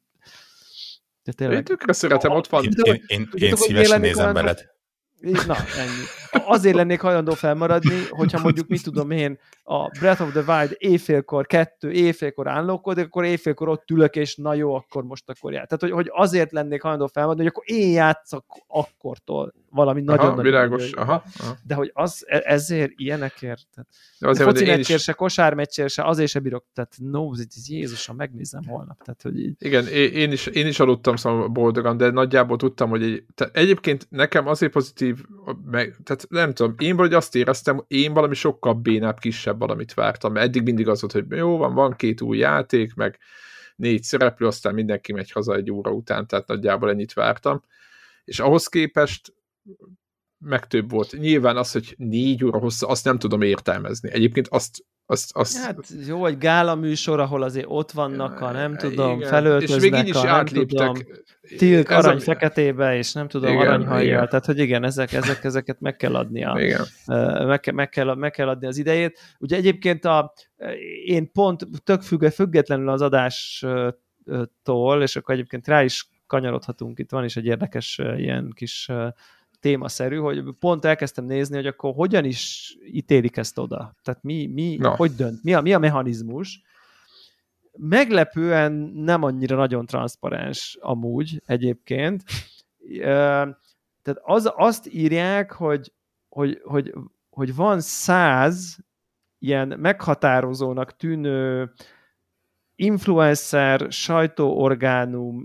S1: Én tökre szeretem, ott van.
S3: Én szívesen nézem veled.
S2: Na, ennyi. Azért lennék hajlandó felmaradni, hogyha mondjuk, mit tudom én, a Breath of the Wild éjfélkor unlockodik, akkor éjfélkor ott ülök, és na jó, akkor most akkor jár. Tehát, hogy azért lennék hajlandó felmaradni, hogy akkor én játszok akkortól valami nagyon-nagyon.
S1: Világos.
S2: De hogy ezért ilyenekért.
S1: Foci
S2: meccsért se, kosármeccsért se, azért se bírok. Tehát Jézusom, megnézem holnap. Tehát, hogy így.
S1: Igen, én is aludtam szóval boldogan, de nagyjából tudtam, hogy egyébként nekem azért pozitív, tehát nem tudom, én valahogy azt éreztem, én valami sokkal bénább, kisebb valamit vártam, mert eddig mindig az volt, hogy jó, van 2 új játék, meg 4 szereplő, aztán mindenki megy haza egy óra után, tehát nagyjából ennyit vártam. És ahhoz képest meg több volt. Nyilván az, hogy 4 óra hossza, azt nem tudom értelmezni. Egyébként azt...
S2: Hát jó, egy gála műsor, ahol azért ott vannak, nem tudom,
S1: igen.
S2: felöltöznek,
S1: és még így is átléptek.
S2: Tilk arany feketébe, és nem tudom, aranyhajjal. Tehát, hogy igen, ezeket meg kell adnia.
S1: Igen.
S2: Meg kell adni az idejét. Ugye egyébként én pont tök függetlenül az adástól, és akkor egyébként rá is kanyarodhatunk, itt van is egy érdekes ilyen kis témaszerű, hogy pont elkezdtem nézni, hogy akkor hogyan is ítélik ezt oda. Tehát hogy dönt? Mi a mechanizmus? Meglepően nem annyira nagyon transzparens amúgy egyébként. Tehát azt írják, hogy van 100 ilyen meghatározónak tűnő influencer, sajtóorgánum,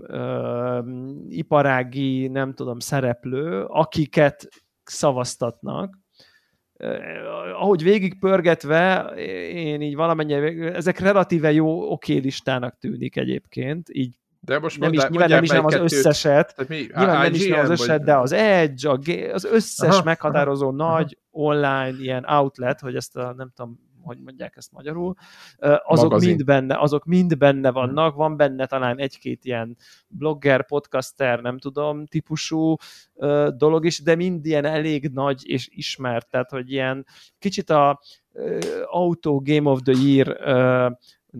S2: iparági, nem tudom, szereplő, akiket szavaztatnak. Ahogy végigpörgetve, én így valamennyire, ezek relatíve jó oké listának tűnik egyébként, így
S1: de most
S2: nyilván nem is az összeset, nyilván nem is az összeset, de az Edge, az összes meghatározó nagy online ilyen outlet, hogy ezt nem tudom, hogy mondják ezt magyarul, azok mind benne vannak, van benne talán egy-két ilyen blogger, podcaster, nem tudom, típusú dolog is, de mind ilyen elég nagy és ismert, tehát, hogy ilyen kicsit a Auto Game of the Year,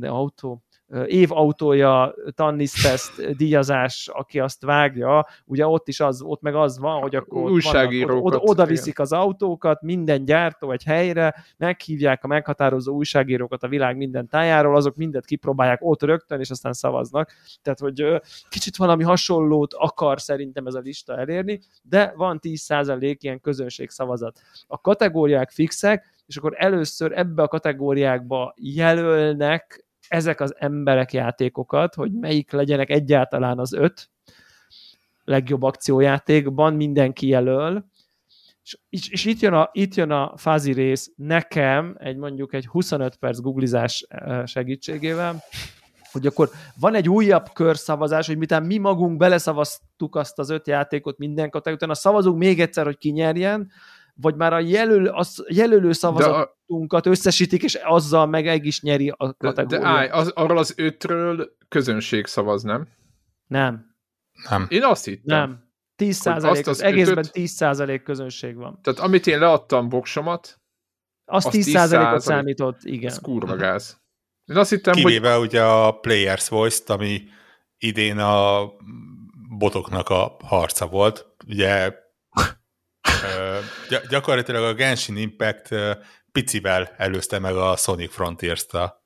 S2: év autója, Tannis Fest díjazás, aki azt vágja, ugye ott meg az van, hogy akkor oda viszik az autókat, minden gyártó egy helyre, meghívják a meghatározó újságírókat a világ minden tájáról, azok mindet kipróbálják ott rögtön, és aztán szavaznak. Tehát, hogy kicsit valami hasonlót akar szerintem ez a lista elérni, de van 10% ilyen közönségszavazat. A kategóriák fixek, és akkor először ebbe a kategóriákba jelölnek ezek az emberek játékokat, hogy melyik legyenek egyáltalán az 5 legjobb akciójátékban, mindenki jelöl, és itt jön a fázi rész nekem mondjuk egy 25 perc googlizás segítségével, hogy akkor van egy újabb körszavazás, hogy miután mi magunk beleszavaztuk azt az 5 játékot minden kategóriát, utána szavazunk még egyszer, hogy ki nyerjen, vagy már a jelölő szavazatunkat összesítik, és azzal meg is nyeri a kategóriát.
S1: De arról az 5-ről közönség szavaz, nem?
S2: Nem.
S1: Én azt hittem.
S2: Nem. 10%, az egészben 10% közönség van.
S1: Tehát amit én leadtam voksomat,
S2: az 10%-ot számított, igen.
S1: Ez kurva gáz. Én azt hittem,
S3: kivéve ugye a Players Voice-t, ami idén a botoknak a harca volt. Ugye gyakorlatilag a Genshin Impact picivel előzte meg a Sonic Frontiers-t a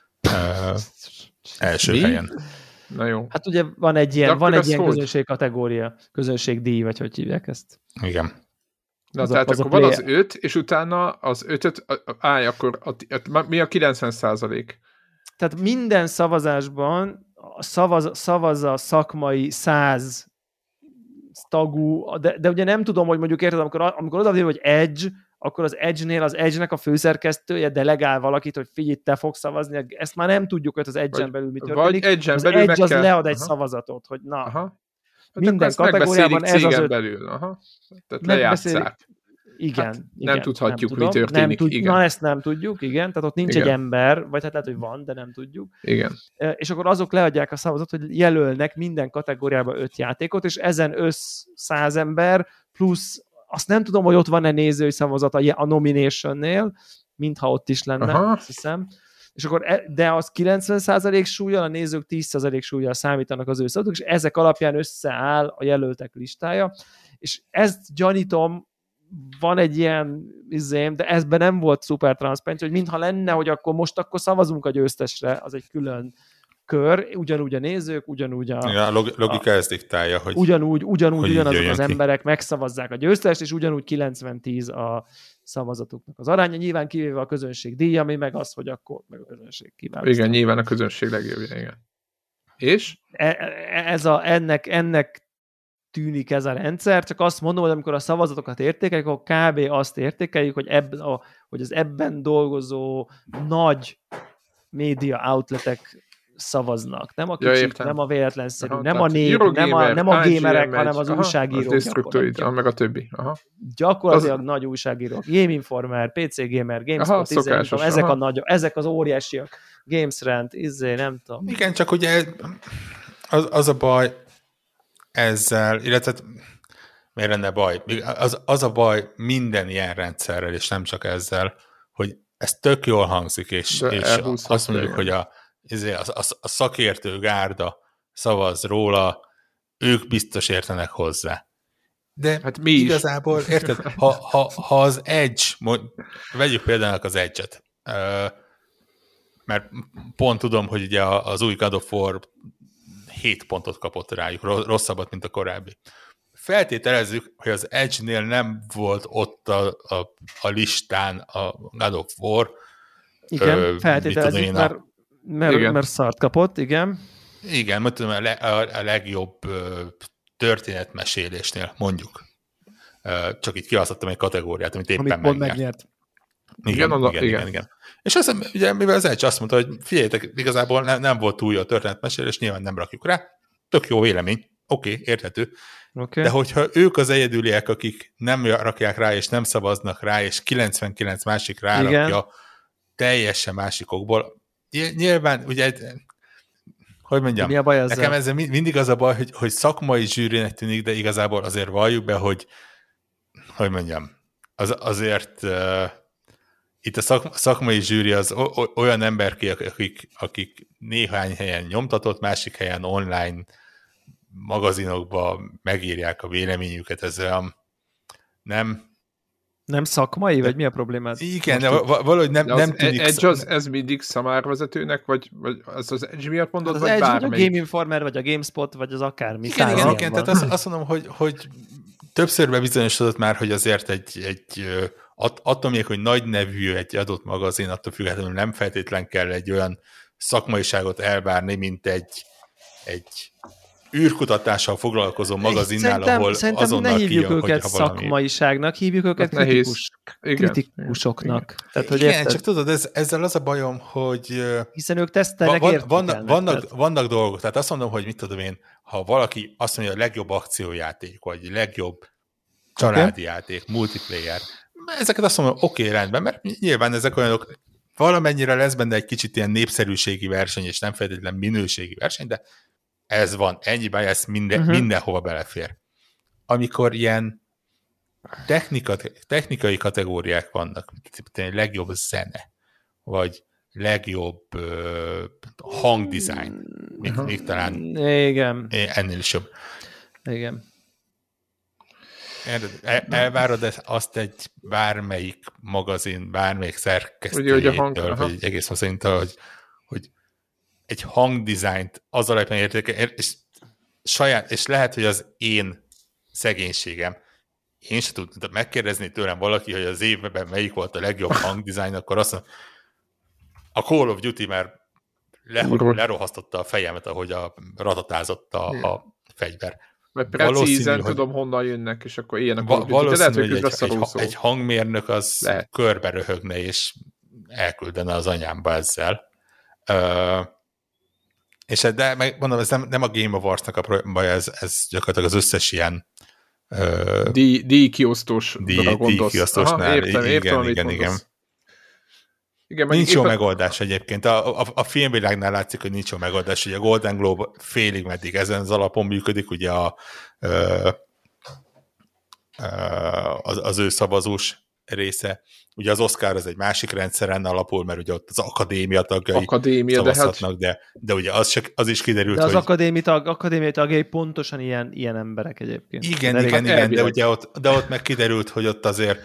S3: első helyen.
S2: Na jó. Hát ugye van egy ilyen közönség kategória, közönségdíj, vagy hogy hívják ezt.
S3: Igen.
S1: Na, tehát akkor van az 5, és utána az 5-öt, akkor mi a 90%?
S2: Tehát minden szavazásban szavaz a szakmai 100 tagú, de ugye nem tudom, hogy mondjuk érted, amikor odavírom, hogy Edge, akkor az Edge-nél az Edge-nek a főszerkesztője delegál valakit, hogy figyelj, te fogsz szavazni, ezt már nem tudjuk, hogy az Edge-en belül mi történik. Az Edge az lead egy szavazatot, hogy na,
S1: aha.
S2: Minden kategóriában ez az
S1: belül. Aha. Tehát lejátszák.
S2: Igen.
S1: Nem tudhatjuk, mi történik.
S2: Na, ezt nem tudjuk, igen. Tehát ott nincs egy ember, vagy hát lehet, hogy van, de nem tudjuk.
S1: Igen.
S2: És akkor azok leadják a szavazatot, hogy jelölnek minden kategóriában 5 játékot, és ezen 100 ember, plusz azt nem tudom, hogy ott van-e nézői szavazat a nomination-nél, mintha ott is lenne, azt hiszem. És akkor, de az 90% súlya, a nézők 10% súlya számítanak az ő szavazatok, és ezek alapján összeáll a jelöltek listája. És ezt gyanítom, van egy ilyen de ezben nem volt szuper transzparens, hogy mintha lenne, hogy akkor szavazunk a győztesre, az egy külön kör, ugyanúgy a nézők, ugyanúgy
S3: a logika ezt diktálja, hogy
S2: ugyanazok az emberek megszavazzák a győztest, és ugyanúgy 90-10 a szavazatuknak az aránya, nyilván kivéve a közönség díja, ami meg az, hogy akkor meg a közönség kíván.
S1: Igen, nyilván a közönség legjobbja, igen. És?
S2: Ennek tűnik ez a rendszer, csak azt mondom, hogy amikor a szavazatokat értékeljük, akkor kb. Azt értékeljük, hogy az ebben dolgozó nagy média outletek szavaznak. Nem a kicsik, nem a véletlenszerű, nem a nép, nem a gamerek, hanem az újságírók.
S1: Az meg a többi. Aha.
S2: Gyakorlatilag nagy újságírók. Game Informer, PC Gamer, GameSpot, ezek az óriásiak. GamesRant, nem tudom.
S3: Igen, csak ugye az a baj ezzel, illetve miért lenne baj? Az a baj minden ilyen rendszerrel, és nem csak ezzel, hogy ez tök jól hangzik, és azt mondjuk, hogy a szakértő gárda szavaz róla, ők biztos értenek hozzá. De hát mi igazából, érted, ha az Edge, vegyük például az Edge-et, mert pont tudom, hogy ugye az új God of War 7 pontot kapott rájuk, rosszabbat, mint a korábbi. Feltételezzük, hogy az Edge-nél nem volt ott a listán a God of War.
S2: Igen, feltételezzük, mert szart kapott, igen.
S3: Igen, mert tudom, a legjobb történetmesélésnél, mondjuk. Csak így kiválasztottam egy kategóriát, amit éppen megnyert. Igen. És azt, ugye, mivel az Edge azt mondta, hogy figyeljetek, igazából nem volt túl jó a történetmesélés, nyilván nem rakjuk rá, tök jó vélemény, oké, érthető. De hogyha ők az egyedüliek, akik nem rakják rá, és nem szavaznak rá, és 99 másik rárakja teljesen másikokból, nyilván, ugye, hogy mondjam,
S2: mi a baj ezzel?
S3: Nekem ezzel mindig az a baj, hogy szakmai zsűrinek tűnik, de igazából azért valljuk be, hogy mondjam, azért itt a szakmai zsűri az olyan emberké, akik néhány helyen nyomtatott, másik helyen online magazinokban megírják a véleményüket, ez
S2: nem szakmai, vagy mi a problémád?
S3: Igen, de valahogy nem tűnik...
S1: Edge ez mindig szamárvezetőnek, vagy az Edge miatt mondod, vagy
S2: bármelyik?
S1: Az
S2: Edge, vagy a Game Informer, vagy a GameSpot, vagy az akármi.
S3: Igen, tehát azt mondom, hogy többször bebizonyosodott már, hogy azért attól még, hogy nagy nevű egy adott magazin, attól függetlenül nem feltétlen kell egy olyan szakmaiságot elvárni, mint egy űrkutatással foglalkozó magazinnál, ahol azonnal kijön,
S2: őket szakmaiságnak, hívjuk őket kritikusoknak.
S3: Igen. Tehát, hogy igen, csak tudod, ezzel az a bajom, hogy
S2: hiszen ők tesztelnek,
S3: vannak dolgok, tehát azt mondom, hogy mit tudom én, ha valaki azt mondja, hogy a legjobb akciójáték, vagy legjobb családi játék, multiplayer, ezeket azt mondom, oké, rendben, mert nyilván ezek olyanok, valamennyire lesz benne egy kicsit ilyen népszerűségi verseny, és nem feltétlenül minőségi verseny, de ez van, ennyiben ez mindenhova belefér. Amikor ilyen technikai kategóriák vannak, mint legjobb zene, vagy legjobb hangdesign, még talán
S2: igen.
S3: Ennél is jobb.
S2: Igen.
S3: Elvárod azt egy bármelyik magazin, bármelyik szerkesztőjétől, vagy egy egész magazintől, hogy egy hangdizájnt az alapján értékel, és lehet, hogy az én szegénységem, én se tudom megkérdezni tőlem valaki, hogy az évben melyik volt a legjobb hangdizájn, akkor azt mondom, a Call of Duty már lerohasztotta a fejemet, ahogy ratatázott a fegyver.
S1: Mert precízen tudom, honnan jönnek, és akkor ilyen a
S3: valószínű, hogy egy hangmérnök az lehet. Körbe röhögne, és elküldene az anyámba ezzel. És de mondom, ez nem a Game Awards-nak a baj, ez gyakorlatilag az összes ilyen
S1: díjkiosztósra gondolsz.
S3: Díjkiosztósnál, igen. Igen, nincs jó megoldás egyébként. A filmvilágnál látszik, hogy nincs jó megoldás. Ugye a Golden Globe félig meddig ezen az alapon működik, ugye az ő szavazós része. Ugye az Oscar az egy másik rendszeren alapul, mert ugye ott az akadémia tagjai szavazhatnak, de ugye az is kiderült,
S2: de az akadémia tagjai pontosan ilyen emberek egyébként.
S3: Igen, de ugye ott meg kiderült, hogy ott azért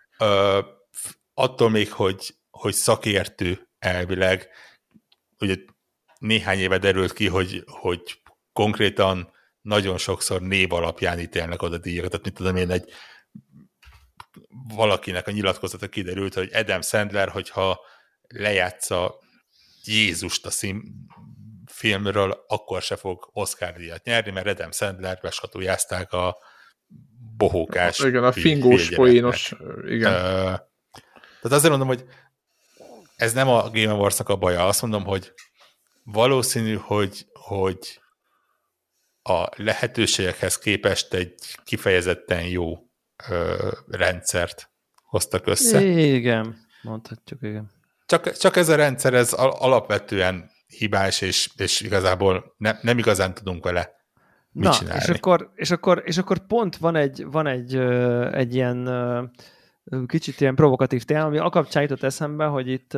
S3: attól még, hogy szakértő elvileg, ugye néhány éve derült ki, hogy konkrétan nagyon sokszor név alapján ítélnek oda díjakat. Tehát mit tudom én, valakinek a nyilatkozata kiderült, hogy Adam Sandler, hogyha lejátsza Jézust a filmről, akkor se fog Oscar-díjat nyerni, mert Adam Sandler beskatujázták a bohókás.
S1: Igen, a fingós, poénos. Igen.
S3: Tehát azért mondom, hogy ez nem a Game Awards-nak a baja. Azt mondom, hogy valószínű, hogy a lehetőségekhez képest egy kifejezetten jó rendszert hoztak össze.
S2: Igen, mondhatjuk, igen.
S3: Csak ez a rendszer, ez alapvetően hibás, és igazából nem igazán tudunk vele mit csinálni.
S2: És akkor pont van egy ilyen kicsit ilyen provokatív téma, ami a kapcsán jutott eszembe, hogy itt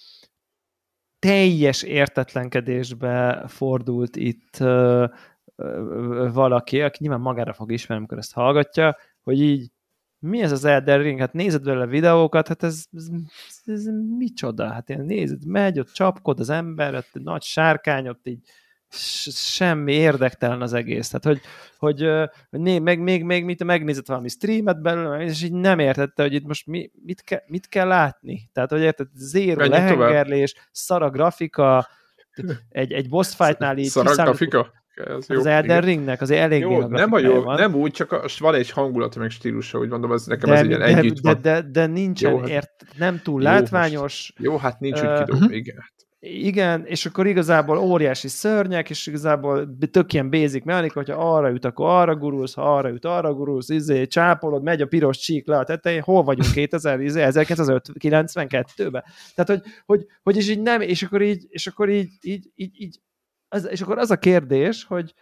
S2: teljes értetlenkedésbe fordult itt valaki, aki nyilván magára fog ismerni, amikor ezt hallgatja, hogy így mi ez az Elden Ring? Hát nézed vele videókat, hát ez micsoda? Hát én nézed, megy, ott csapkod az ember, ott egy nagy sárkány, ott így semmi érdektelen az egész. Tehát, hogy megnézett valami streamet belőle, és így nem értette, hogy itt most mit kell látni. Tehát, hogy érted, zéró lehengerlés, szara grafika, egy boss fightnál így
S1: szara grafika?
S2: Az Elden Ringnek azért elég
S1: jó, nem úgy, csak van egy hangulata, meg stílusa, úgy mondom, ez nekem az ilyen együtt van.
S2: De nincsen, nem túl látványos.
S1: Jó, hát nincs úgy kidobva, igen.
S2: Igen, és akkor igazából óriási szörnyek, és igazából tök ilyen basic mechanika, hogyha arra üt, akkor arra gurulsz, ha arra üt, arra gurulsz, csápolod, megy a piros csík le a tetején, hol vagyunk 1992-ben? Tehát, hogy és így nem, és akkor az a kérdés,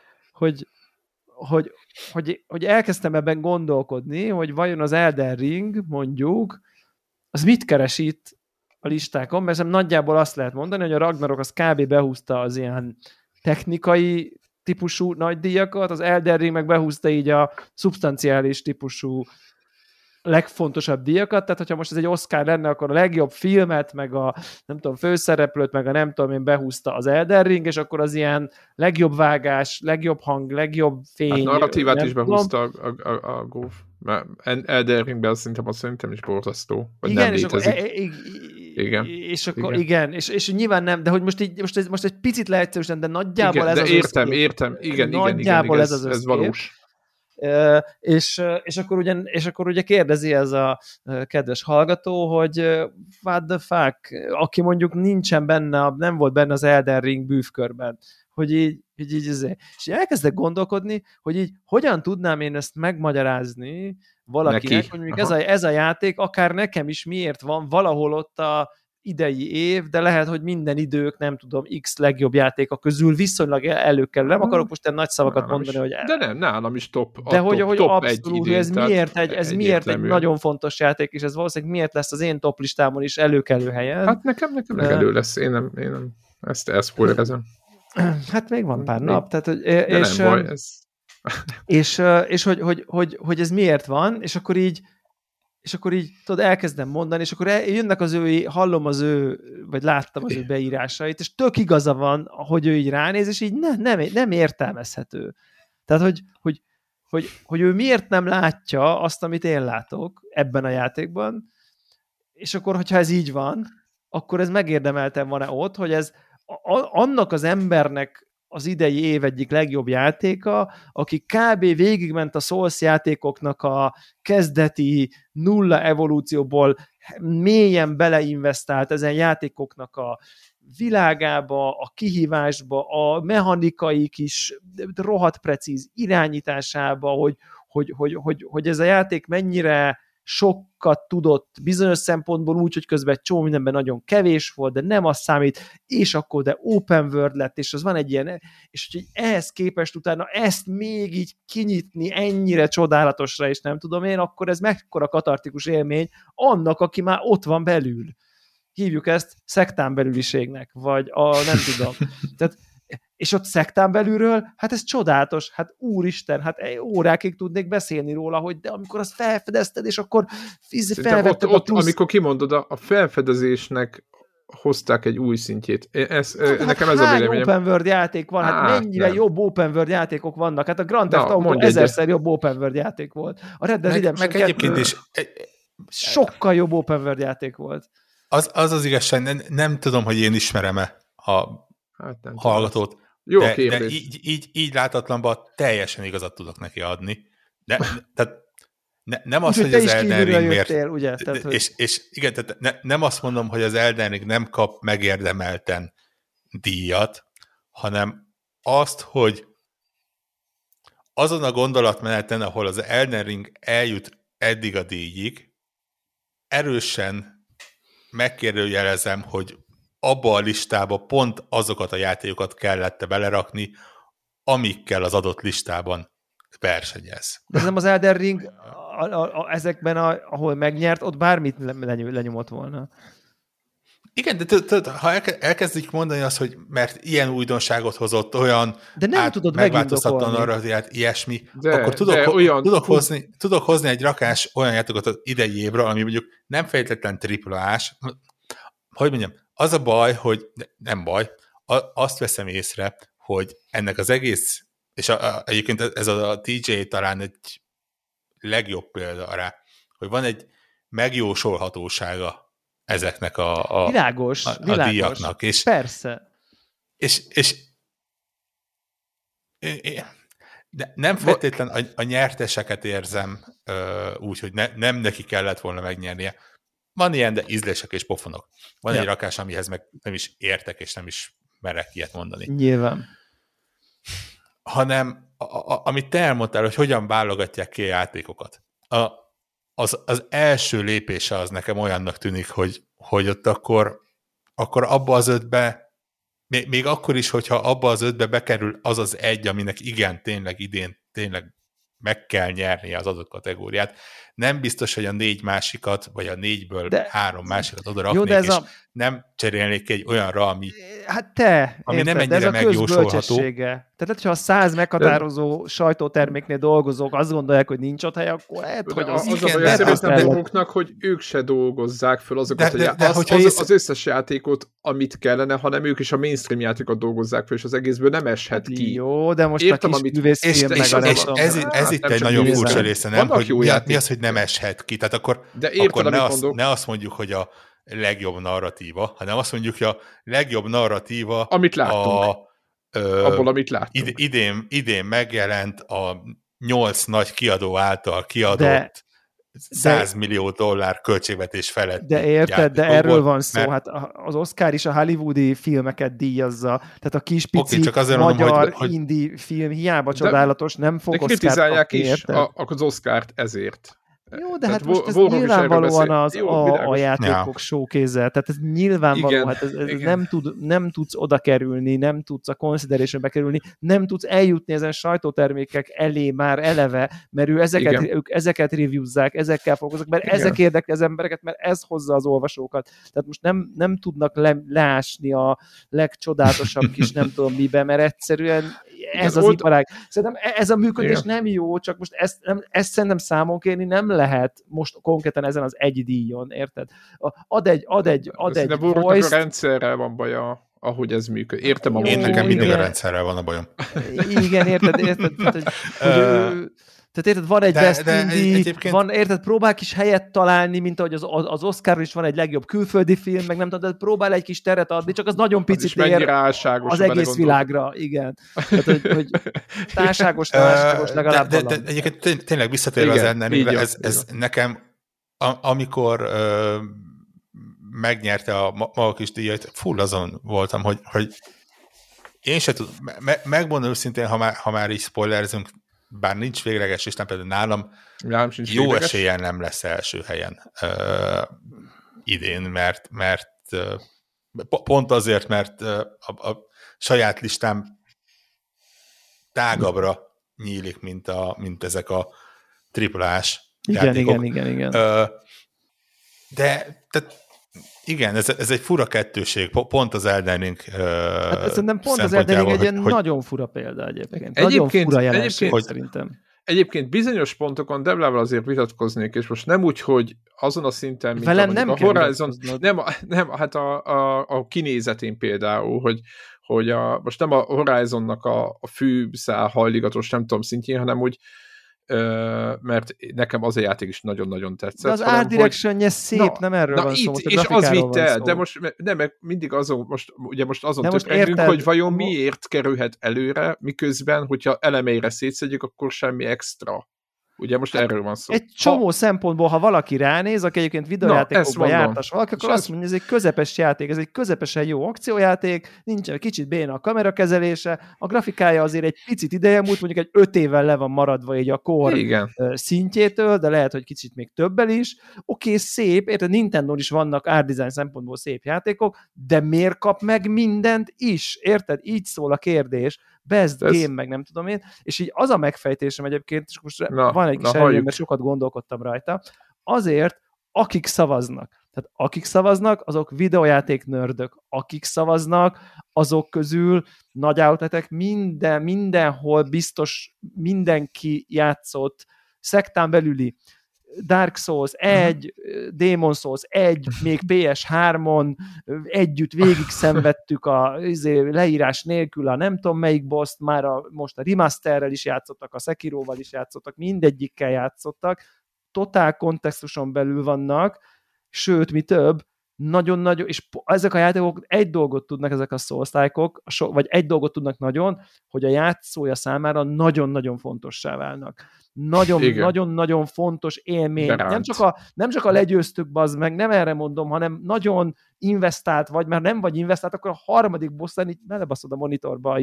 S2: hogy elkezdtem ebben gondolkodni, hogy vajon az Elden Ring, mondjuk, az mit keres itt a listákon, mert nagyjából azt lehet mondani, hogy a Ragnarok az kb. Behúzta az ilyen technikai típusú nagy díjakat, az Elden Ring meg behúzta így a szubstanciális típusú legfontosabb díjakat, tehát hogyha most ez egy Oscar lenne, akkor a legjobb filmet, meg a nem tudom, főszereplőt, meg a nem tudom én behúzta az Elden Ring, és akkor az ilyen legjobb vágás, legjobb hang, legjobb fény. Hát
S1: narratívát is behúzta a Góf. Elden Ringben szerintem is borzasztó.
S2: Igen, és akkor, és akkor igen, és nyilván nem, de hogy most egy picit leegyszerűsítem, de nagyjából
S1: igen,
S2: ez
S1: de
S2: az
S1: értem, igen, nagyjából
S2: ez az összkép.
S1: Ez valós.
S2: És akkor ugye kérdezi ez a kedves hallgató, hogy what the fuck, aki mondjuk nincsen benne, nem volt benne az Elden Ring bűvkörben, hogy így és elkezdek gondolkodni, hogy így hogyan tudnám én ezt megmagyarázni valakinek, hogy mondjuk ez a játék, akár nekem is miért van valahol ott a idei év, de lehet, hogy minden idők, nem tudom, X legjobb játéka közül viszonylag előkerül. Nem akarok most nagy szavakat mondani, hogy...
S1: De nem, nálam is top.
S2: De hogy abszolút, ez miért egy nagyon fontos játék, és ez valószínűleg miért lesz az én top listámon is előkelő helyen.
S1: Hát nekem legelő lesz, én nem ezt elszpoilerezem.
S2: Hát még van pár nap. Tehát,
S1: és, nem baj, ez...
S2: és hogy ez miért van, és akkor így tudod, elkezdem mondani, és akkor jönnek hallom vagy láttam az ő beírásait, és tök igaza van, hogy ő így ránéz, és így nem értelmezhető. Tehát, hogy ő miért nem látja azt, amit én látok ebben a játékban, és akkor, hogyha ez így van, akkor ez megérdemelten van-e ott, hogy ez annak az embernek az idei év egyik legjobb játéka, aki kb. Végigment a Souls játékoknak a kezdeti nulla evolúcióból, mélyen beleinvestált ezen játékoknak a világába, a kihívásba, a mechanikai kis rohadt precíz irányításába, hogy ez a játék mennyire sokat tudott bizonyos szempontból úgy, hogy közben egy csomó mindenben nagyon kevés volt, de nem az számít, és akkor de open world lett, és az van egy ilyen, és hogy ehhez képest utána ezt még így kinyitni ennyire csodálatosra, és nem tudom én, akkor ez mekkora katartikus élmény annak, aki már ott van belül. Hívjuk ezt szektán belüliségnek, vagy nem tudom. Tehát és ott szektán belülről, hát ez csodálatos, hát úristen, hát órákig tudnék beszélni róla, hogy de amikor azt felfedezted, és akkor felvetted
S1: ott, amikor kimondod, a felfedezésnek hozták egy új szintjét. Nekem ez a véleményem.
S2: Open world játék van? Hát mennyire jobb open world játékok vannak? Hát a Grand Theft Auto 1000-szer jobb open world játék volt. A Red Dead Redemption 2 is sokkal jobb open world játék volt.
S3: Az igazság, nem tudom, hogy én ismerem-e a hallgatót.
S1: Jó,
S3: de így látatlanban teljesen igazat tudok neki adni. Tehát nem azt, hogy az Elden Ring miért...
S2: Ugye? Tehát,
S3: és igen, tehát nem azt mondom, hogy az Elden Ring nem kap megérdemelten díjat, hanem azt, hogy azon a gondolatmeneten, ahol az Elden Ring eljut eddig a díjig, erősen megkérdőjelezem, hogy abba a listába pont azokat a játékokat kellett belerakni, amikkel az adott listában versenyez.
S2: De nem az Elden Ring ezekben, ahol megnyert, ott bármit lenyomott volna.
S3: Igen, de ha elkezdjük mondani azt, hogy mert ilyen újdonságot hozott, olyan
S2: de nem tudod
S3: megváltoztatlan narratívát, ilyesmi, akkor tudok hozni egy rakás olyan játékot az idei évről, ami mondjuk nem feltétlen triplás, hogy mondjam, az a baj, hogy nem baj, azt veszem észre, hogy ennek az egész, és egyébként ez a TJ talán egy legjobb példa rá, hogy van egy megjósolhatósága ezeknek a
S2: világos,
S3: díjaknak. És,
S2: persze.
S3: De nem feltétlen a nyerteseket érzem úgy, hogy nem neki kellett volna megnyernie. Van ilyen, de ízlések és pofonok. Van egy rakás, amihez meg nem is értek, és nem is merek ilyet mondani.
S2: Nyilván.
S3: Hanem, amit te elmondtál, hogy hogyan válogatják ki a játékokat. Az első lépése az nekem olyannak tűnik, hogy ott akkor abba az ötbe, még akkor is, hogyha abba az ötbe bekerül az az egy, aminek igen, tényleg idén tényleg meg kell nyernie az adott kategóriát. Nem biztos, hogy a 4 másikat, vagy a 4-ből 3 másikat oda raknék, és nem cserélnék egy olyanra, ami nem ennyire megjósolható.
S2: Tehát, hogyha a 100 meghatározó sajtóterméknél dolgozók azt gondolják, hogy nincs ott hely, akkor lehet, hogy
S1: az a baj, szerintem maguknak, hogy ők se dolgozzák föl azokat, az összes játékot, amit kellene, hanem ők is a mainstream játékot dolgozzák föl, és az egészből nem eshet ki.
S2: Jó, de most értem, a kis művészfilm
S3: ez itt egy nagyon furcsa része, nem? Hogy mi az, hogy nem eshet ki? Tehát akkor ne azt mondjuk, hogy a legjobb narratíva, hanem azt mondjuk, hogy a legjobb narratíva
S1: amit láttunk. Abból, amit láttunk.
S3: Idén megjelent a 8 nagy kiadó által kiadott $100 millió költségvetés felett.
S2: De érted, de erről van szó. Mert... Hát az Oscar is a hollywoodi filmeket díjazza. Tehát a kis pici magyar indie film hiába csodálatos, nem fog Oscar-t kapni. De kritizálják is
S1: az Oscart ezért.
S2: Jó, de hát most ez nyilvánvalóan a játékok showkézzel, tehát ez nyilvánvaló, igen, hát ez nem tudsz oda kerülni, nem tudsz a considerationbe kerülni, nem tudsz eljutni ezen sajtótermékek elé már eleve, mert ők ezeket reviewzzák, ezekkel foglalkoznak, mert ezek érdekli az embereket, mert ez hozza az olvasókat. Tehát most nem tudnak leásni a legcsodálatosabb kis nem tudom mibe, mert egyszerűen ez az iparág. Szerintem ez a működés nem jó, csak most ezt szerintem számon kérni nem lehet most konkrétan ezen az egy díjon, érted? Ad egy
S1: voice-t. A rendszerrel van baja, ahogy ez működik. Értem a
S3: Én nekem mindig a rendszerrel van a bajom.
S2: Igen, érted? Tehát érted, van egy Best Indie, van, érted, próbál kis helyet találni, mint ahogy az Oscar is van egy legjobb külföldi film, meg nem tudom, próbál egy kis teret adni, csak az nagyon picit ér az egész világra. Igen. Tehát, hogy társágos legalább
S3: de egyébként tényleg visszatérve az Elden, ez nekem, amikor megnyerte a maga kis díjat, full azon voltam, hogy én se tudom, megmondom őszintén, ha már így spoilerzünk, bár nincs végleges listám, például nálam jó végleges eséllyel nem lesz első helyen idén, mert pont azért, mert a saját listám tágabbra nyílik, mint ezek a triplás játékok.
S2: Igen.
S3: De tehát igen, ez egy fura kettőség, pont az Elden Ring
S2: hát szerintem pont az Elden Ring egy ilyen nagyon fura példa egyébként. Nagyon fura jelenség szerintem.
S1: Egyébként bizonyos pontokon Deblával azért vitatkoznék, és most nem úgy, hogy azon a szinten, mint
S2: velem nem
S1: a Horizon, nem, hát a kinézetén például, hogy most nem a Horizonnak a fűszál hajligatos, nem tudom szintjén, hanem úgy, mert nekem az a játék is nagyon-nagyon tetszett.
S2: De az Art Direction-je szép, nem erről van szó.
S1: És az vitte el, de most nem, mindig azon töprengünk, hogy vajon miért kerülhet előre, miközben, hogyha elemeire szétszedjük, akkor semmi extra. Ugye most erről van szó.
S2: Egy csomó szempontból, ha valaki ránéz, aki egyébként videójátékokban jártas valaki, akkor azt mondja, ez egy közepes játék, ez egy közepesen jó akciójáték, nincsen kicsit béna a kamerakezelése, a grafikája azért egy picit ideje múlt, mondjuk egy 5 évvel le van maradva így a core szintjétől, de lehet, hogy kicsit még többel is. Oké, szép, érted, Nintendon is vannak art design szempontból szép játékok, de miért kap meg mindent is? Érted? Így szól a kérdés. Best game, meg nem tudom én, és így az a megfejtésem egyébként, és most van egy kis előnyöm, mert sokat gondolkodtam rajta, azért, akik szavaznak. Tehát akik szavaznak, azok videójáték nördök. Akik szavaznak, azok közül nagy outletek mindenhol biztos mindenki játszott szektán belüli Dark Souls 1, Demon Souls 1, még PS3-on együtt végig szenvedtük a leírás nélkül a nem tudom melyik boss-t, már most a remasterrel is játszottak, a Sekiroval is játszottak, mindegyikkel játszottak, totál kontextuson belül vannak, sőt, mi több, nagyon-nagyon, és ezek a játékok egy dolgot tudnak, ezek a Souls-like-ok, vagy egy dolgot tudnak nagyon, hogy a játszója számára nagyon-nagyon fontossá válnak. Nagyon-nagyon fontos élmény. Nem csak a legyőztük, bazd meg, nem erre mondom, hanem nagyon investált vagy, mert nem vagy investált, akkor a harmadik bosszán így belebaszod a monitorba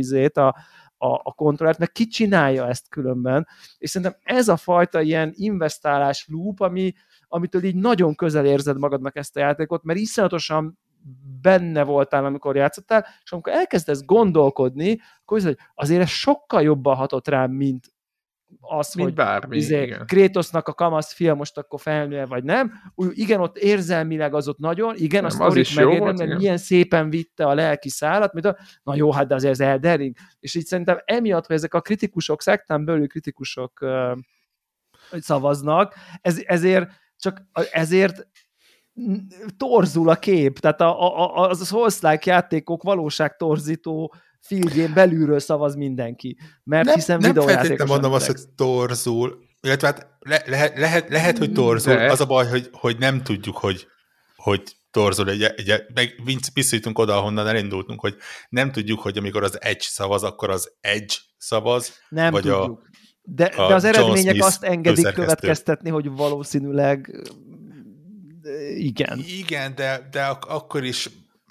S2: a kontrollert, mert ki csinálja ezt különben. És szerintem ez a fajta ilyen investálás loop, amitől így nagyon közel érzed magadnak ezt a játékot, mert iszonyatosan benne voltál, amikor játszottál, és amikor elkezdesz gondolkodni, akkor hogy azért ez sokkal jobban hatott rám, mint az,
S1: mint
S2: hogy
S1: bármi,
S2: Kratosnak a kamasz fia most akkor felnő vagy nem. Igen, ott érzelmileg az ott nagyon, igen, nem, a sztorit megérdem, mert milyen szépen vitte a lelki szállat, na jó, hát de azért az Elden Ring. És így szerintem emiatt, hogy ezek a kritikusok, szektán belül kritikusok szavaznak, ezért torzul a kép, tehát az a Souls-like játékok valóságtorzító fieldjén belülről szavaz mindenki, mert hiszen videójátékos. Nem
S3: feltétlenül mondom azt, hogy torzul, illetve hát lehet, hogy torzul, de az a baj, hogy nem tudjuk, hogy torzul, meg visszajutunk oda, ahonnan elindultunk, hogy nem tudjuk, hogy amikor az Edge szavaz, akkor az Edge szavaz,
S2: nem vagy tudjuk. De az eredmények azt engedik következtetni, hogy valószínűleg igen.
S3: Igen, de akkor is,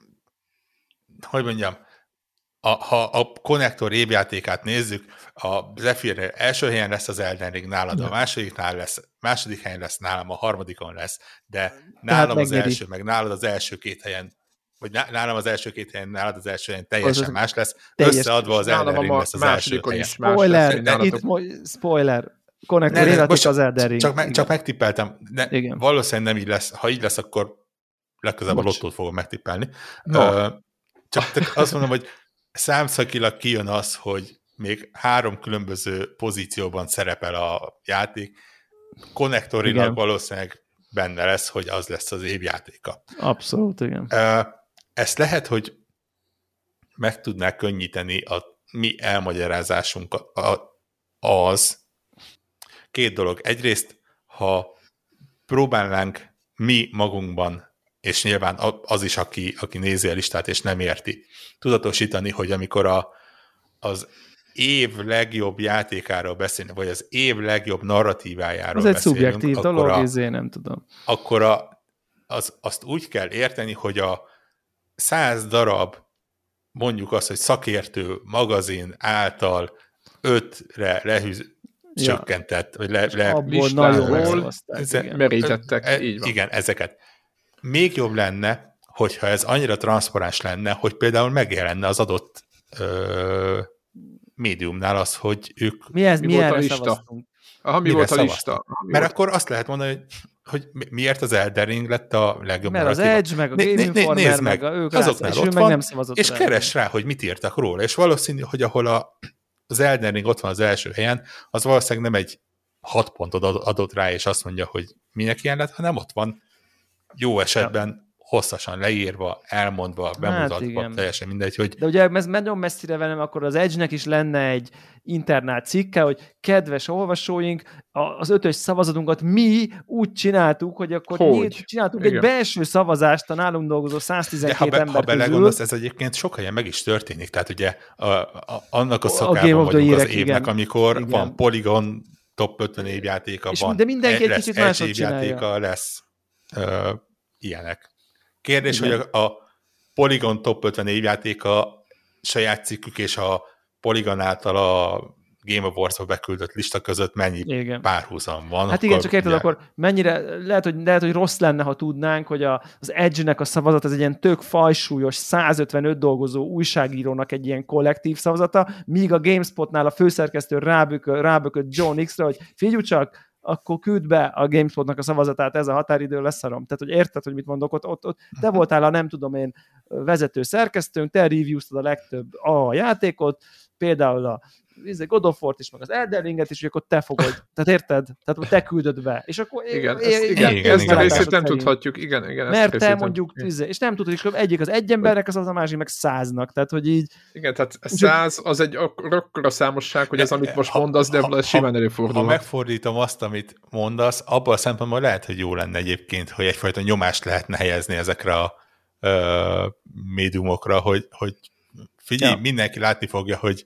S3: hogy mondjam, ha a Konnektor évjátékát nézzük, a Zephyrnél első helyen lesz az Elden Ring, nálad a második helyen lesz, nálam a harmadikon lesz, de nálam az első, meg nálad az első két helyen, vagy nálam az első két helyen, nálad az első helyen teljesen más lesz, összeadva az Elden Ring lesz az első helyen.
S2: Spoiler, Konnektor életik az Elden Ring.
S3: Csak megtippeltem, valószínűleg nem így lesz. Ha így lesz, akkor legközelebb a lottót fogom megtippelni. Csak azt mondom, hogy számszakilag kijön az, hogy még 3 különböző pozícióban szerepel a játék. Konnektorilag valószínűleg benne lesz, hogy az lesz az évjátéka.
S2: Abszolút, igen.
S3: Ezt lehet, hogy meg tudná könnyíteni a mi elmagyarázásunk az, két dolog. Egyrészt, ha próbálnánk mi magunkban, és nyilván az is, aki nézi a listát és nem érti, tudatosítani, hogy amikor az év legjobb játékáról beszélni, vagy az év legjobb narratívájáról beszélünk.
S2: Ez egy szubjektív dolog, nem tudom.
S3: Akkor azt úgy kell érteni, hogy a 100 darab, mondjuk azt, hogy szakértő magazin által 5-re csökkentett, vagy
S1: listáról merítettek.
S3: Igen, ezeket. Még jobb lenne, hogyha ez annyira transzparens lenne, hogy például megjelenne az adott médiumnál az, hogy ők...
S2: Mi volt a lista?
S1: Mi volt a lista?
S3: Mert akkor azt lehet mondani, hogy miért az Elden Ring lett a legjobb
S2: narratíva. Mert az Edge, meg a Game Informer, meg ők
S3: azoknál ott van, és keres rá, hogy mit írtak róla. És valószínű, hogy ahol az Elden Ring ott van az első helyen, az valószínűleg nem egy 6 pontot adott rá, és azt mondja, hogy minek ilyen lett, hanem ott van jó esetben hosszasan leírva, elmondva, bemutatva, teljesen mindegy, hogy...
S2: De ugye ez nagyon messzire velem, akkor az Edge-nek is lenne egy internát cikke, hogy kedves olvasóink, az 5-ös szavazatunkat mi úgy csináltuk, hogy akkor csináltunk egy belső szavazást a nálunk dolgozó 112 ember közül.
S3: Ha belegondolsz, ez egyébként sok helyen meg is történik, tehát ugye annak a szakában vagyunk az évnek, amikor van Polygon top 50 évjátéka, van
S2: de mindenki egy kicsit máshogy
S3: évjátéka, lesz ilyenek. Kérdés, hogy a Polygon top 50 évjátéka saját cikkük és a Polygon által a Game Awards-ba beküldött lista között mennyi párhuzam van.
S2: Hát igen, csak érted, akkor mennyire, lehet, hogy rossz lenne, ha tudnánk, hogy az Edge-nek a szavazat ez egy ilyen tök fajsúlyos 155 dolgozó újságírónak egy ilyen kollektív szavazata, míg a GameSpotnál a főszerkesztő rábökött John X-re, hogy figyelj csak, akkor küld be a GameSpotnak a szavazatát, ez a határidő, leszarom. Tehát, hogy érted, hogy mit mondok, ott te voltál a nem tudom én vezető szerkesztőnk, te reviewztad a legtöbb a játékot, például a God of War-t is, meg az Elden Ringet is, hogy akkor te fogod. Tehát érted? Tehát te küldöd be. És akkor
S1: ezt a részét nem tudhatjuk. Igen,
S2: mert te mondjuk, és nem tudod, hogy egyik az egy embernek, az a másik meg 100-nak. Tehát, hogy így...
S1: Igen, tehát 100 az egy akkora számosság, hogy az, amit most mondasz, de simán előfordul.
S3: Ha megfordítom azt, amit mondasz, abban a szempontból lehet, hogy jó lenne egyébként, hogy egyfajta nyomást lehetne helyezni ezekre a médiumokra, hogy figyelj, mindenki látni fogja, hogy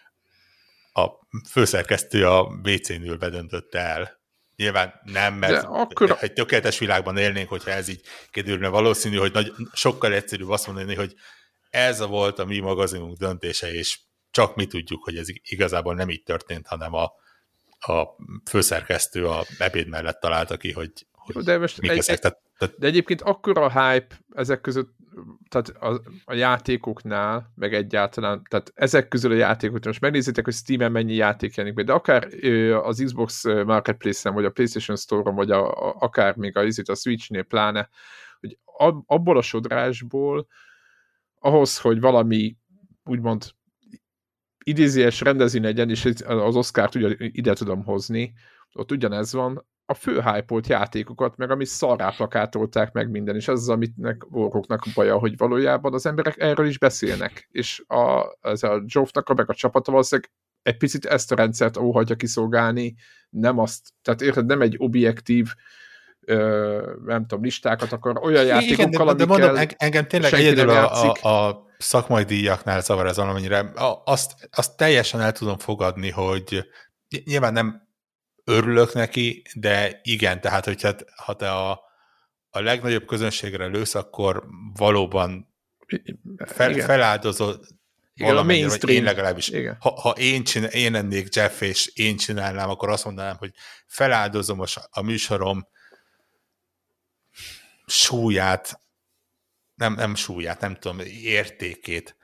S3: a főszerkesztő a WC-n ülve döntötte el. Nyilván nem, mert egy tökéletes világban élnénk, hogyha ez így kiderülne. Valószínű, hogy sokkal egyszerűbb azt mondani, hogy ez volt a mi magazinunk döntése, és csak mi tudjuk, hogy ez igazából nem így történt, hanem a főszerkesztő a ebéd mellett találta ki, hogy
S1: de most de egyébként akkora a hype ezek között, tehát a játékoknál, meg egyáltalán, tehát ezek közül a játékoknál, most megnézzétek, hogy Steam-en mennyi játék jelenik be, de akár az Xbox Marketplace-en, vagy a PlayStation Store-on, vagy akár még a Switch-nél pláne, hogy abból a sodrásból ahhoz, hogy valami úgymond idézőjeles rendezvény legyen, és az Oscart ide tudom hozni, ott ugyanez van, a fő hype-olt játékokat, meg amit szarrá plakátolták meg minden, és ez az, amitnek orroknak baja, hogy valójában az emberek erről is beszélnek, és ez a Geoffnak, meg a csapata valószínűleg egy picit ezt a rendszert óhagyja kiszolgálni, nem azt, tehát érted, nem egy objektív nem tudom, listákat akar, olyan játékokkal,
S3: de mondom, engem tényleg egyedül a szakmai díjaknál zavar ez valamennyire. Azt teljesen el tudom fogadni, hogy nyilván nem örülök neki, de igen, tehát hogyha ha te a legnagyobb közönségre lősz, akkor valóban feláldozod valamennyire, vagy én legalábbis. Ha én lennék Jeff, és én csinálnám, akkor azt mondanám, hogy feláldozom a műsorom súlyát, nem súlyát, nem tudom, értékét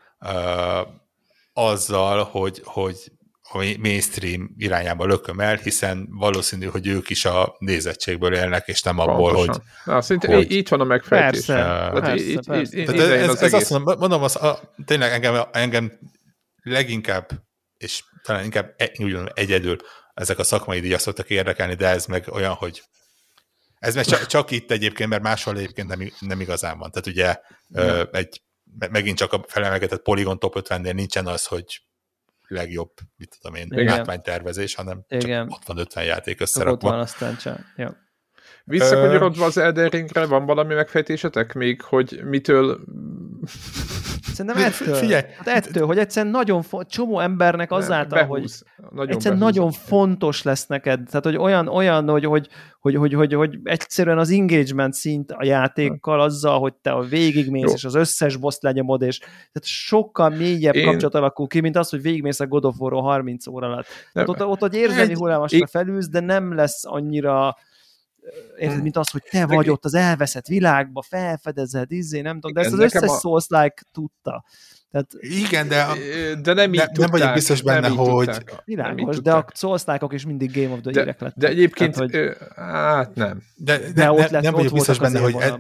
S3: azzal, hogy a mainstream irányába lököm el, hiszen valószínű, hogy ők is a nézettségből élnek, és nem abból, hogy...
S1: Szerintem itt van a megfejtés.
S3: Ez azt mondom, tényleg engem leginkább, és talán inkább egyedül ezek a szakmai díjak szoktak érdekelni, de ez meg olyan, hogy ez meg csak itt egyébként, mert máshol egyébként nem igazán van. Tehát ugye megint csak a felemelgetett Polygon top 50-nél nincsen az, hogy legjobb, mit tudom én, látványtervezés, hanem csak 60-50 játék összerakva.
S2: Ott van aztán csak. Ja.
S1: Visszakanyarodva az Elden Ringre, van valami megfejtésetek még, hogy mitől...
S2: Szerintem ettől. Figyelj! Hát ettől, hogy egyszerűen nagyon csomó embernek azáltal, hogy egyszerűen nagyon fontos lesz neked. Tehát, hogy olyan hogy egyszerűen az engagement szint a játékkal azzal, hogy te végigmész, és az összes boss lenyomod, és tehát sokkal mélyebb kapcsolat alakul ki, mint az, hogy végigmész a God of War-ról 30 óra alatt. Tehát ott hogy érzelmi hullámosra felülsz, de nem lesz annyira érted, mint az, hogy te vagy ott az elveszett világba, felfedezed, nem tudom, de ezt az összes Souls-like tudta. Tehát,
S3: igen, de
S1: nem így tudták.
S3: Nem vagyok biztos benne, hogy...
S2: Világos, de a Souls-like-ok is mindig Game of the Year-ek lettek.
S1: De egyébként, hát nem.
S3: De ott nem vagyok biztos benne,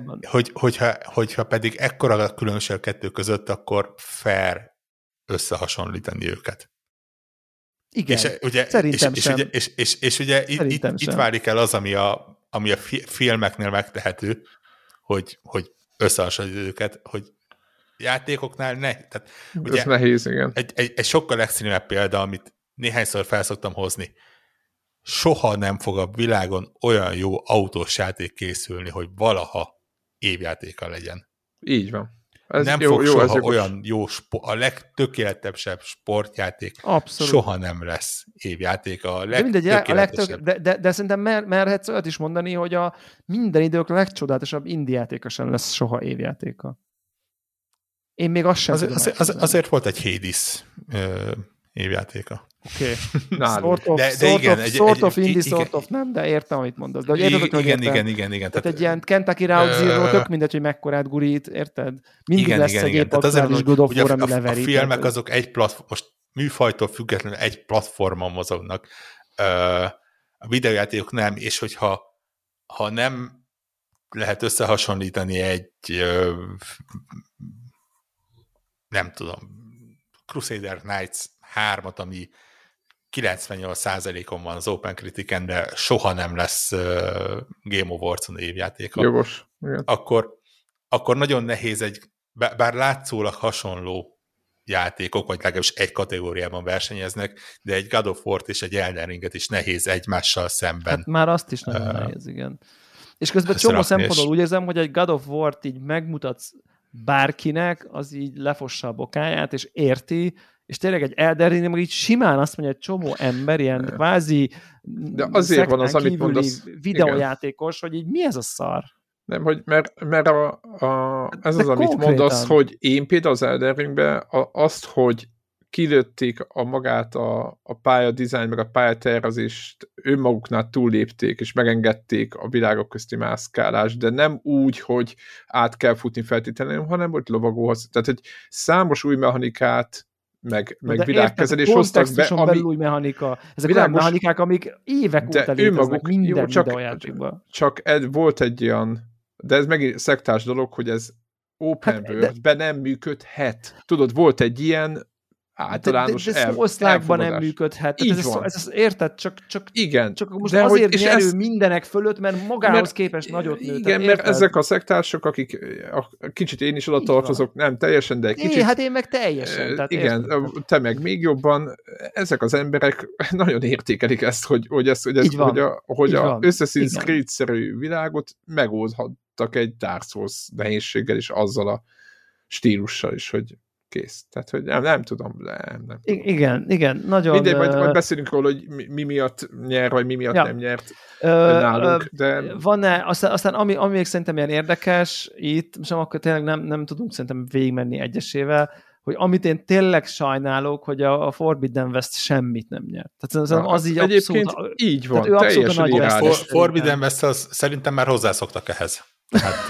S3: hogyha pedig ekkora a különbség a kettő között, akkor fair összehasonlítani őket.
S2: Igen,
S3: és ugye,
S2: szerintem sem.
S3: És ugye itt válik el az, ami a filmeknél megtehető, hogy összehasonlítani őket, hogy játékoknál tehát ugye
S1: ez nehéz, igen.
S3: Egy sokkal extrémebb példa, amit néhányszor felszoktam hozni. Soha nem fog a világon olyan jó autós játék készülni, hogy valaha évjátéka legyen.
S1: Így van.
S3: Ez nem fog soha olyan jó, a legtökéletesebb sportjáték abszolút. Soha nem lesz évjátéka. A
S2: de szerintem merhetsz olyat is mondani, hogy a minden idők legcsodálatosabb indie játéka sem lesz soha évjátéka. Én még azt sem tudom.
S3: Azért volt egy Hades évjátéka.
S2: Oké. Sort of indie, sort of nem, de értem, amit mondasz. De
S3: igen.
S2: Tehát egy ilyen Kentucky Route Zero, tök mindegy, hogy mekkorát gurít, érted? Mindig lesz egy épp aktuális God of War, ami leveri.
S3: A filmek azok most műfajtól függetlenül egy platformon mozognak. A videójátékok nem, és hogyha nem lehet összehasonlítani egy nem tudom, Crusader Knights 3-at, ami 98%-on van az Open Critic-en, de soha nem lesz Game of Warzone évjátéka.
S1: Jogos.
S3: Akkor nagyon nehéz bár látszólag hasonló játékok, vagy legalábbis egy kategóriában versenyeznek, de egy God of War-t és egy Elden Ringet is nehéz egymással szemben.
S2: Hát már azt is nagyon nehéz, igen. És közben csomó szempontból úgy érzem, hogy egy God of War-t így megmutatsz bárkinek, az így lefossa a bokáját, és érti, és tényleg egy Elden Ring, meg így simán azt mondja, egy csomó ember, ilyen kvázi
S1: de azért van az, amit mondasz,
S2: videójátékos, igen. Hogy így mi ez a szar?
S1: Nem, hogy mert ez az, amit mondasz, hogy én például az Elden Ringben azt, hogy kilőtték magát a pályadizájn, meg a pályatervezést önmaguknál túllépték, és megengedték a világok közti mászkálást, de nem úgy, hogy át kell futni feltétlenül, hanem hogy lovagolhatsz. Tehát, hogy számos új mechanikát, meg világkezelés hoztak be,
S2: ami... új mechanika. Ezek olyan mechanikák, amik évek óta léteznek minden videójátékban.
S1: Csak volt egy olyan, de ez megint szektás dolog, hogy ez open world-be nem működhet. Tudod, volt egy ilyen általános
S2: de osztályban nem működhet. Ez érted? Csak
S1: igen.
S2: Csak most de azért nyerő mindenek fölött, mert magához képest nagyot nőtt.
S1: Igen, mert ezek a szektársok, akik kicsit én is oda tartozok, nem teljesen, de egy kicsit.
S2: Hát én meg teljesen. Tehát
S1: igen, érted? Te meg még jobban. Ezek az emberek nagyon értékelik ezt, hogy a Assassin's Creed-szerű világot megoldhattak egy Dark Souls nehézséggel is, azzal a stílussal is, hogy kész. Tehát, hogy nem tudom. Nem.
S2: Igen, nagyon...
S1: Mindegy, majd beszélünk róla, hogy mi miatt nyer, vagy mi miatt nem nyert nálunk, de...
S2: Van-e, aztán ami még szerintem ilyen érdekes itt, most akkor tényleg nem tudunk szerintem végigmenni egyesével, hogy amit én tényleg sajnálok, hogy a Forbidden West semmit nem nyert. Tehát az így
S1: egyébként
S2: abszolút...
S1: így van, teljesen
S3: irányos. Forbidden West szerintem már hozzászoktak ehhez. Hát,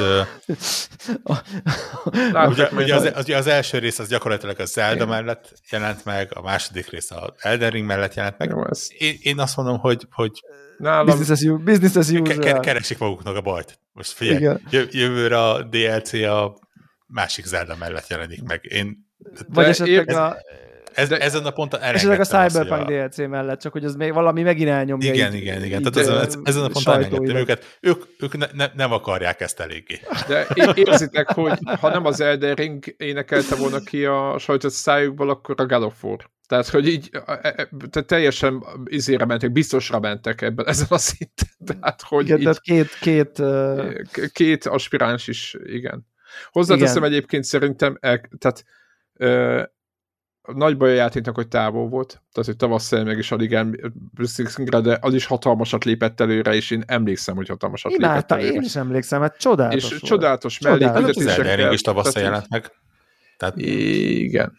S3: ugye az első rész az gyakorlatilag a Zelda mellett jelent meg, a második rész az Elden Ring mellett jelent meg. Jó, én azt mondom, hogy
S2: business as usual.
S3: Keresik maguknak a bajt. Most figyelj, jövőre a DLC a másik Zelda mellett jelenik meg.
S2: Vagy esetleg
S3: ezen a ponton
S2: esetleg a Cyberpunk DLC mellett, csak hogy az még valami megint elnyomja.
S3: Igen. Tehát ezen a ponton elengedtem őket. Ők nem akarják ezt eléggé.
S1: De érzitek, hogy ha nem az Elden Ring énekelte volna ki a sajtot szájukból, akkor a God of War. Tehát, hogy így tehát teljesen izére mentek, biztosra mentek ebben ezen a szinten. Tehát, hogy
S2: igen,
S1: így
S2: tehát
S1: két aspiráns is, igen. Hozzáteszem egyébként szerintem, tehát nagy baj a játéknak, hogy távol volt. Tehát, hogy tavasszal meg is alig de az is hatalmasat lépett előre, és én emlékszem, hogy hatalmasat lépett előre.
S2: Én is emlékszem, hát csodálatos
S1: és csodálatos mellékfizetésekkel.
S3: Az Elden Ring is tavasszal jelent meg. Tehát
S1: igen.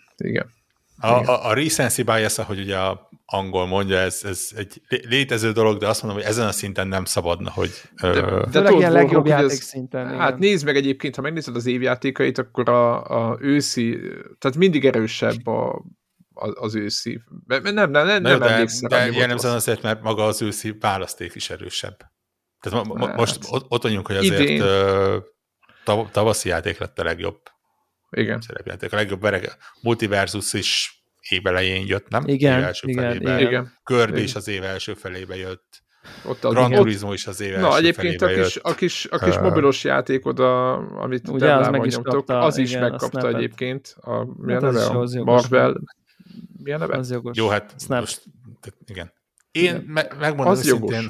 S3: A recency bias, ahogy ugye a angol mondja, ez egy létező dolog, de azt mondom, hogy ezen a szinten nem szabadna, hogy...
S2: De ilyen legjobb játék szinten.
S1: Hát nézd meg egyébként, ha megnézed az évjátékait, akkor a őszi, tehát mindig erősebb az őszi. Nem emlékszem.
S3: De jellemzően azért, mert maga az őszi választék is erősebb. Tehát most ott vagyunk, hogy azért tavaszi játék lett a legjobb.
S1: Igen.
S3: A legjobb Multiversus is évelején jött, nem?
S2: Igen.
S3: Kirby is az év első felébe jött.
S1: Gran
S3: Turismo is az év első felébe jött.
S1: A kis mobilos játék oda, amit Dellában nyomtok, az is megkapta egyébként. Milyen neve? A Marvel. Milyen neve?
S2: Az jogos.
S3: Jó, hát most, igen. Én megmondom szintén,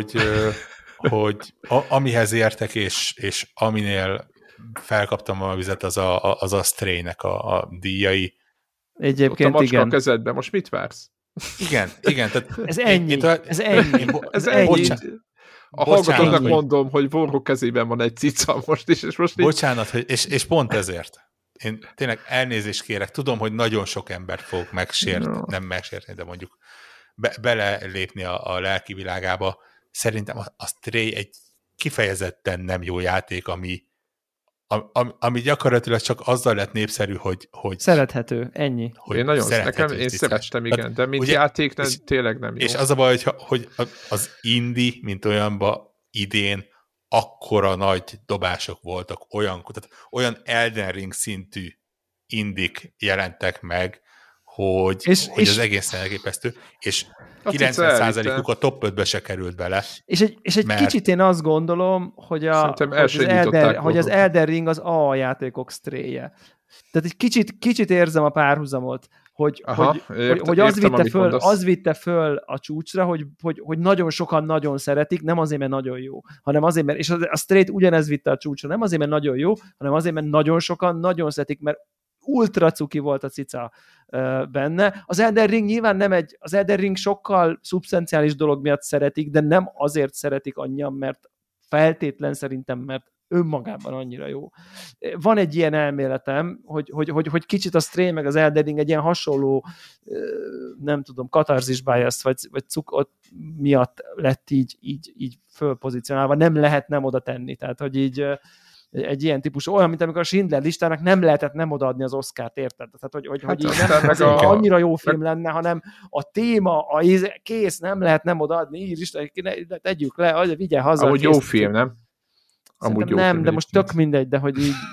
S3: hogy amihez értek, és aminél felkaptam a vizet, az a Stray-nek a díjai.
S2: Egyébként
S1: ott a macska a kezedben, most mit vársz?
S3: Igen. Tehát
S2: ez ennyi. Ez ennyi.
S1: A hallgatóknak mondom, hogy Warhawk kezében van egy cica most is. És most
S3: bocsánat, és pont ezért. Én tényleg elnézést kérek. Tudom, hogy nagyon sok embert fogok nem megsérteni, de mondjuk belelépni a lelki világába. Szerintem a Stray egy kifejezetten nem jó játék, ami gyakorlatilag csak azzal lett népszerű, hogy
S2: szerethető, ennyi.
S1: Én szerettem, igen, de mint ugye, játék tényleg nem jó.
S3: És az a baj, hogy az indie, mint olyanba idén akkora nagy dobások voltak, olyan Elden Ring szintű indik jelentek meg, hogy az egészen elképesztő, és 90%-uk a top 5-be se került bele.
S2: És egy kicsit én azt gondolom, hogy az Elden Ring az a játékok Stray-je. Tehát egy kicsit érzem a párhuzamot, hogy az vitte föl a csúcsra, hogy nagyon sokan nagyon szeretik, nem azért, mert nagyon jó, hanem azért, mert, és a Stray-t ugyanez vitte a csúcsra, nem azért, mert nagyon jó, hanem azért, mert nagyon sokan nagyon szeretik, mert ultra cuki volt a cica benne. Az Elden Ring nyilván az Elden Ring sokkal szubszenciális dolog miatt szeretik, de nem azért szeretik annyian, mert feltétlen szerintem, mert önmagában annyira jó. Van egy ilyen elméletem, hogy kicsit a Stray meg az Elden Ring egy ilyen hasonló, nem tudom, katarzis bias, vagy cukot miatt lett így fölpozícionálva. Nem lehet nem oda tenni. Tehát, hogy így egy ilyen típusú, olyan, mint amikor a Schindler listának nem lehetett nem odaadni az Oscart, érted? Tehát, hogy így nem azért, annyira jó film lenne, hanem a téma, kész, nem lehet nem odaadni, így is, tegyük le, vigye haza.
S1: Amúgy jó film, nem?
S2: Amúgy jó nem, film, de most tök mindegy, de hogy így...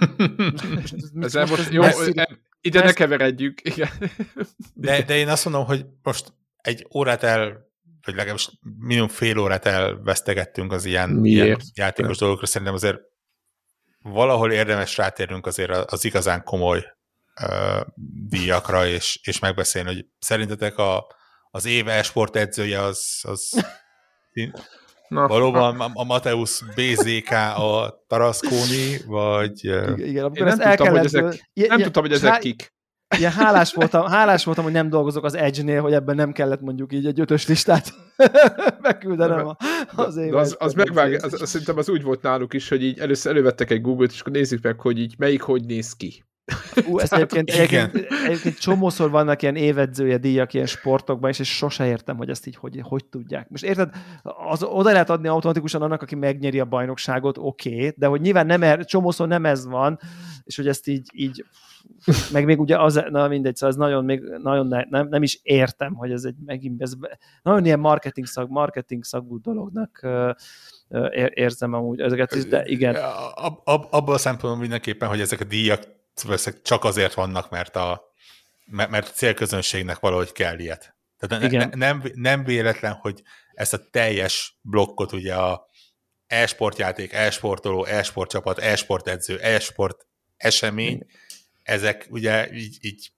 S1: Ide ne keveredjük. Igen.
S3: De én azt mondom, hogy most egy órát vagy legalábbis minimum fél órát elvesztegettünk az ilyen játékos dolgokra, szerintem azért valahol érdemes rátérnünk azért az igazán komoly díjakra, és megbeszélni, hogy szerintetek az év e-sport edzője az valóban a Mateusz BZK a Tarasconi, vagy...
S2: Igen,
S1: nem tudtam, hogy ezek kik.
S2: Ilyen hálás voltam, hogy nem dolgozok az Edge-nél, hogy ebben nem kellett mondjuk így egy 5-ös listát megküldenem az évet.
S1: Az megvág, szerintem az úgy volt náluk is, hogy így először elővettek egy Google-t, és akkor nézzük meg, hogy így melyik hogy néz ki.
S2: Ez egyébként csomószor vannak ilyen évedzője díjak ilyen sportokban, és sose értem, hogy ezt így hogy tudják. Most érted, oda lehet adni automatikusan annak, aki megnyeri a bajnokságot, oké, de hogy nyilván csomószor nem ez van, és hogy ezt így meg még ugye na mindegy, szóval ez nagyon nem is értem, hogy ez ez nagyon ilyen marketing szagú dolognak érzem amúgy ezeket is, de igen.
S3: Abban a szempontból mindenképpen, hogy ezek a díjak csak azért vannak, mert a célközönségnek valahogy kell ilyet. Tehát nem véletlen, hogy ezt a teljes blokkot ugye a e-sportjáték, e-sportoló, e-sportcsapat, e-sportedző, e-sport esemény, ezek ugye így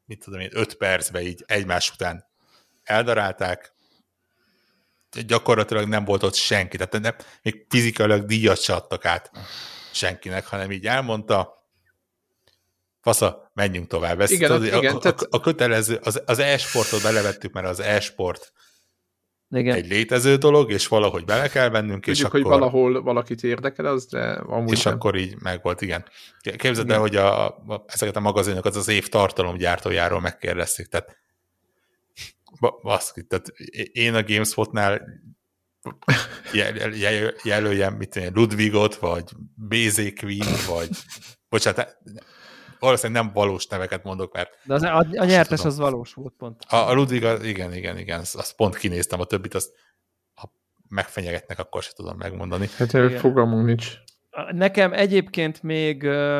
S3: mit tudom én, 5 percbe így egymás után eldarálták, gyakorlatilag nem volt ott senki, tehát még fizikailag díjat se adtak át senkinek, hanem így elmondta, fasza, menjünk tovább. Ezt
S1: igen,
S3: a kötelező, az e-sportot belevettük, mert az e-sport
S2: igen.
S3: egy létező dolog, és valahogy bele kell vennünk,
S1: tudjuk,
S3: és akkor...
S1: hogy valahol valakit érdekel az, de amúgy
S3: és
S1: nem.
S3: akkor így megvolt, igen. Képzeld el, hogy ezeket a magazinokat az év tartalomgyártójáról megkérdezték, tehát baszki, tehát én a GameSpotnál jelöljem, mit tudom, Ludwigot, vagy BZ Queen, vagy bocsánat, valószínűleg nem valós neveket mondok, mert...
S2: De a nyertes az valós volt pont.
S3: A Ludwig, igen, azt pont kinéztem, a többit azt ha megfenyegetnek, akkor se tudom megmondani.
S1: Hát fogalmunk nincs.
S2: Nekem egyébként még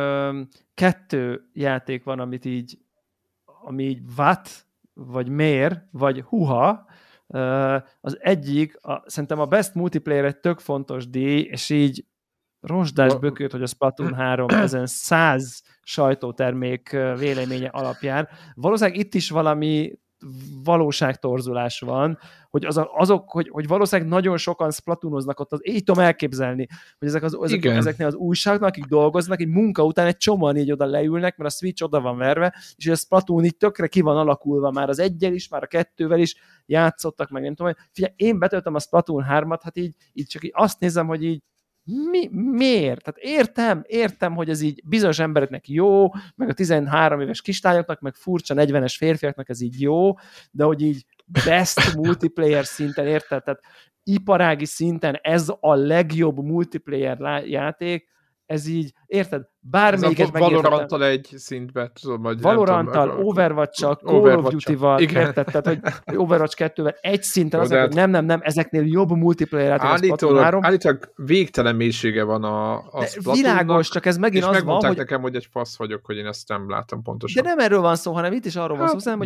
S2: 2 játék van, ami így what, vagy miért, vagy huha. Az egyik, szerintem a Best Multiplayer egy tök fontos díj, és így rozsdás bökőt, hogy a Splatoon 3 ezen 100 sajtótermék véleménye alapján. Valószínűleg itt is valami valóságtorzulás van, hogy hogy valószínűleg nagyon sokan Splatoonoznak ott, így tudom elképzelni, hogy ezeknél az újságnak, akik dolgoznak, így munka után egy csomóan így oda leülnek, mert a Switch oda van verve, és a Splatoon így tökre ki van alakulva, már az 1-jel is, már a 2-vel is játszottak, meg nem tudom, figyelj, én betöltöm a Splatoon 3-at, hát így csak így azt nézem, hogy így miért? Tehát értem, hogy ez így bizonyos embereknek jó, meg a 13 éves kislányoknak, meg furcsa 40-es férfiaknak ez így jó, de hogy így best multiplayer szinten, érted? Tehát iparági szinten ez a legjobb multiplayer játék, ez így, érted? Bármelyiket megértettem.
S1: Valoranttal egy szintbe, tudom, hogy
S2: Valoranttal, Overwatch-sal, Call of Duty-val, érted? Tehát, hogy Overwatch 2-vel egy szinten az, hogy nem, ezeknél jobb multiplayer játék.
S1: Állítólag végtelen mélysége van a Splatoonnak.
S2: Világos, csak ez megint az van, hogy...
S1: És megmondták nekem, hogy egy fasz vagyok, hogy én ezt nem látom pontosan.
S2: De nem erről van szó, hanem itt is arról van szó, hogy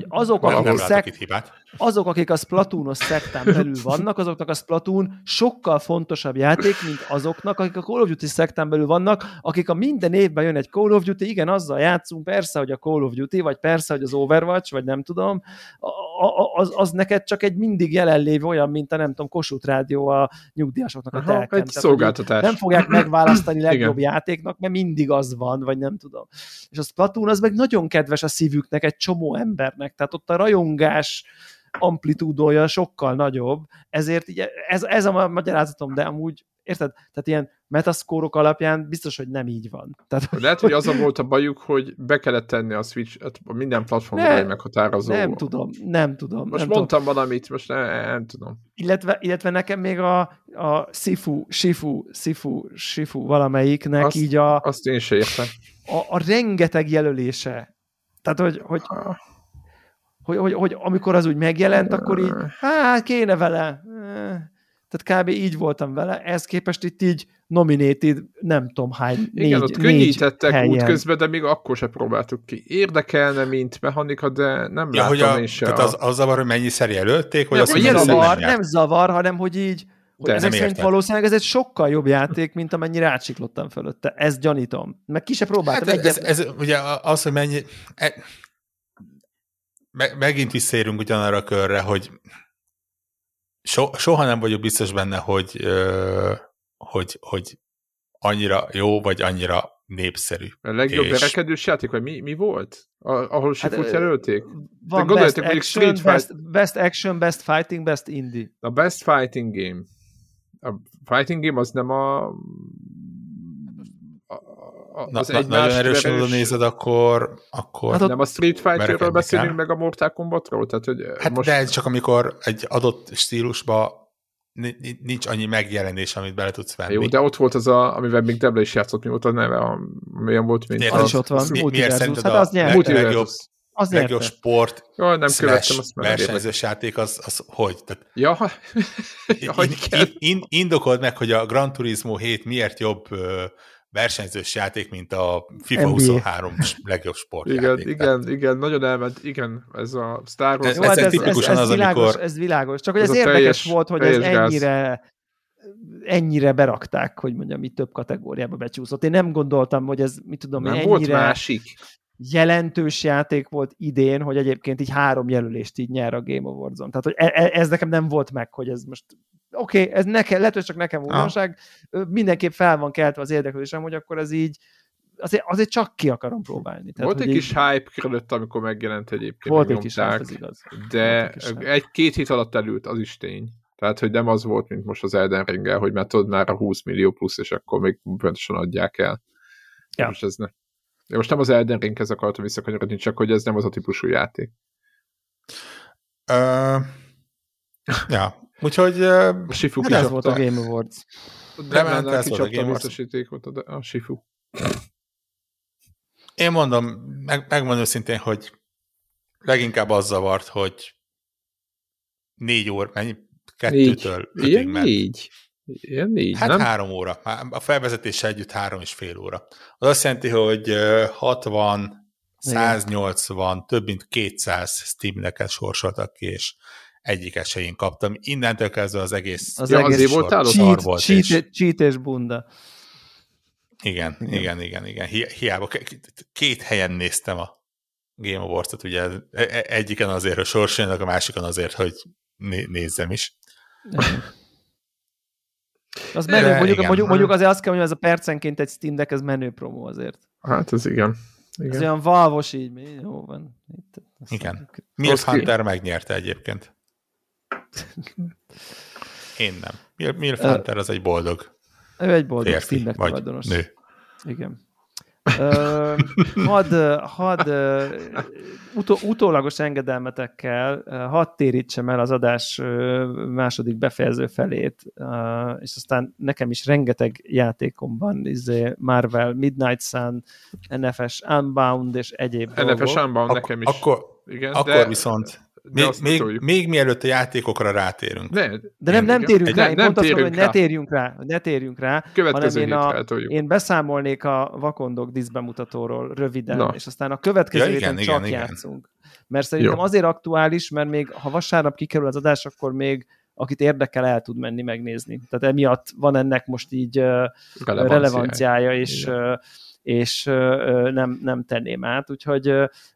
S2: azok, akik a Splatoonos szektán belül vannak, azoknak a Splatoon sokkal fontosabb játék, mint azoknak, akik a Call of Duty szektán belül vannak, akik a minden évben jön egy Call of Duty, igen, azzal játszunk, persze, hogy a Call of Duty, vagy persze, hogy az Overwatch, vagy nem tudom, az neked csak egy mindig jelenlévő olyan, mint a nem tudom, Kossuth Rádió a nyugdíjasoknak a telken.
S1: Egy szolgáltatás.
S2: Nem fogják megválasztani legjobb játéknak, mert mindig az van, vagy nem tudom. És a Splatoon az meg nagyon kedves a szívüknek, egy csomó embernek, tehát ott a rajongás amplitúdója sokkal nagyobb, ezért így ez a magyarázatom, de amúgy érted? Tehát ilyen metaszkórok alapján biztos, hogy nem így van. Tehát,
S1: lehet, hogy az volt a bajuk, hogy be kellett tenni a Switch-et minden platformra egy meghatározó.
S2: Nem tudom.
S1: Most mondtam valamit, most nem tudom.
S2: Illetve nekem még a Shifu valamelyiknek
S1: azt,
S2: így
S1: azt én se értem.
S2: A rengeteg jelölése. Tehát, hogy amikor az úgy megjelent, akkor így, kéne vele. Tehát kb. Így voltam vele, ehhez képest itt így nominated, nem tudom hány,
S1: igen, ott könnyítettek útközben, de még akkor se próbáltuk ki. Érdekelne, mint mechanika, de nem látom én se.
S3: Tehát az zavar, hogy mennyiszer jelölték? Vagy
S2: nem zavar, hanem hogy így, hogy ezek szerint valószínűleg ez egy sokkal jobb játék, mint amennyi rácsiklottam fölötte. Ezt gyanítom. Meg ki se próbáltam.
S3: Hát ez ugye az, hogy mennyi... Megint visszaérünk ugyanarra a körre, hogy soha nem vagyok biztos benne, hogy annyira jó, vagy annyira népszerű.
S1: A legjobb verekedős játék, vagy mi volt? Ahol Sifut jelölték?
S2: Van best action, best fighting, best indie.
S1: A best fighting game. A fighting game az nem
S3: nagyon erősen oda nézed, akkor
S1: hát nem a Street Fighterről beszélünk, meg a Mortal Kombatról? Tehát, hogy
S3: most... de csak amikor egy adott stílusban nincs annyi megjelenés, amit bele tudsz venni.
S1: Jó, de ott volt az, amivel még Debla is játszott, mi volt a neve, amilyen volt, mint
S2: az is ott van.
S3: Miért szerinted
S2: hát az
S3: legjobb sport
S1: nem követtem, azt
S3: versenyzős játék, az hogy?
S1: Tehát,
S3: indokold meg, hogy a Gran Turismo 7 miért jobb versenyzős játék, mint a FIFA NBA 23 legjobb sportjáték.
S1: Igen, nagyon elment, igen, ez a Star Wars.
S3: Ez tipikusan az, amikor...
S2: Ez világos, csak hogy ez érdekes volt, hogy ez ennyire berakták, hogy mondjam, itt több kategóriába becsúszott. Én nem gondoltam, hogy ez, mit tudom,
S1: nem ennyire... volt másik.
S2: jelentős játék volt idén, hogy egyébként így 3 jelölést így nyer a Game Awards-on. Tehát, hogy ez nekem nem volt meg, hogy ez most oké, ez nekem, lehet, hogy csak nekem újdonság, mindenképp fel van keltve az érdeklődésem, hogy akkor ez így azért csak ki akarom próbálni. Tehát,
S1: volt egy kis hype körülött, amikor megjelent egyébként.
S2: Volt egy kis hype, ez igaz.
S1: De 1-2 hét alatt elült, az is tény. Tehát, hogy nem az volt, mint most az Elden Ring-el, hogy már tudod már a 20 millió plusz, és akkor még pontosan adják el. Ja. Most ez ne. De most nem az Elden Ringhez akartam visszakanyarodni, csak hogy ez nem az a típusú játék.
S3: Ja, úgyhogy
S1: a Shifu
S2: ez volt a Game Awards.
S3: Remélem, ez volt a Game Awards.
S1: A Shifu.
S3: Én mondom, megmondom őszintén, hogy leginkább az zavart, hogy 4 óra, mennyi? 2-től 5-ig ment.
S1: Ilyen 4,
S3: hát
S1: nem?
S3: 3 óra. A felvezetéssel együtt 3,5 óra. Az azt jelenti, hogy 60, 180, több mint 200 Steam-neket sorsoltak ki, és egyiket se én kaptam. Innentől kezdve az egész
S1: azért voltál
S3: volt.
S2: Cheat és bunda.
S3: Igen. Hiába 2 helyen néztem a Game Awards-ot, ugye egyiken azért, hogy sorsoljanak, a másikon azért, hogy nézzem is.
S2: Az menő, mondjuk azért azt kell, hogy ez a percenként egy Steam Deck, ez menő promó azért.
S1: Hát ez igen.
S2: Ez olyan valvos így, jó van.
S3: Igen. Milf Hunter megnyerte egyébként. Én nem. Milf Hunter az egy boldog.
S2: Ő egy boldog
S3: férfi,
S2: Steam Deck
S3: vagy
S2: tulajdonos.
S3: nő.
S2: Igen. Utólagos engedelmetekkel hadd térítsem el az adás második befejező felét, és aztán nekem is rengeteg játékom van, Marvel Midnight Sun, NFS Unbound és egyéb dolgok.
S1: NFS Unbound nekem is.
S3: Akkor viszont még mielőtt a játékokra rátérünk.
S2: De nem térjünk rá, én pont azt mondom, hogy ne térjünk rá, hanem én beszámolnék a Vakondok diszbemutatóról röviden, és aztán a következő héten csak játszunk. Mert szerintem azért aktuális, mert még ha vasárnap kikerül az adás, akkor még akit érdekel, el tud menni megnézni. Tehát emiatt van ennek most így relevanciája, és nem tenném át. Úgyhogy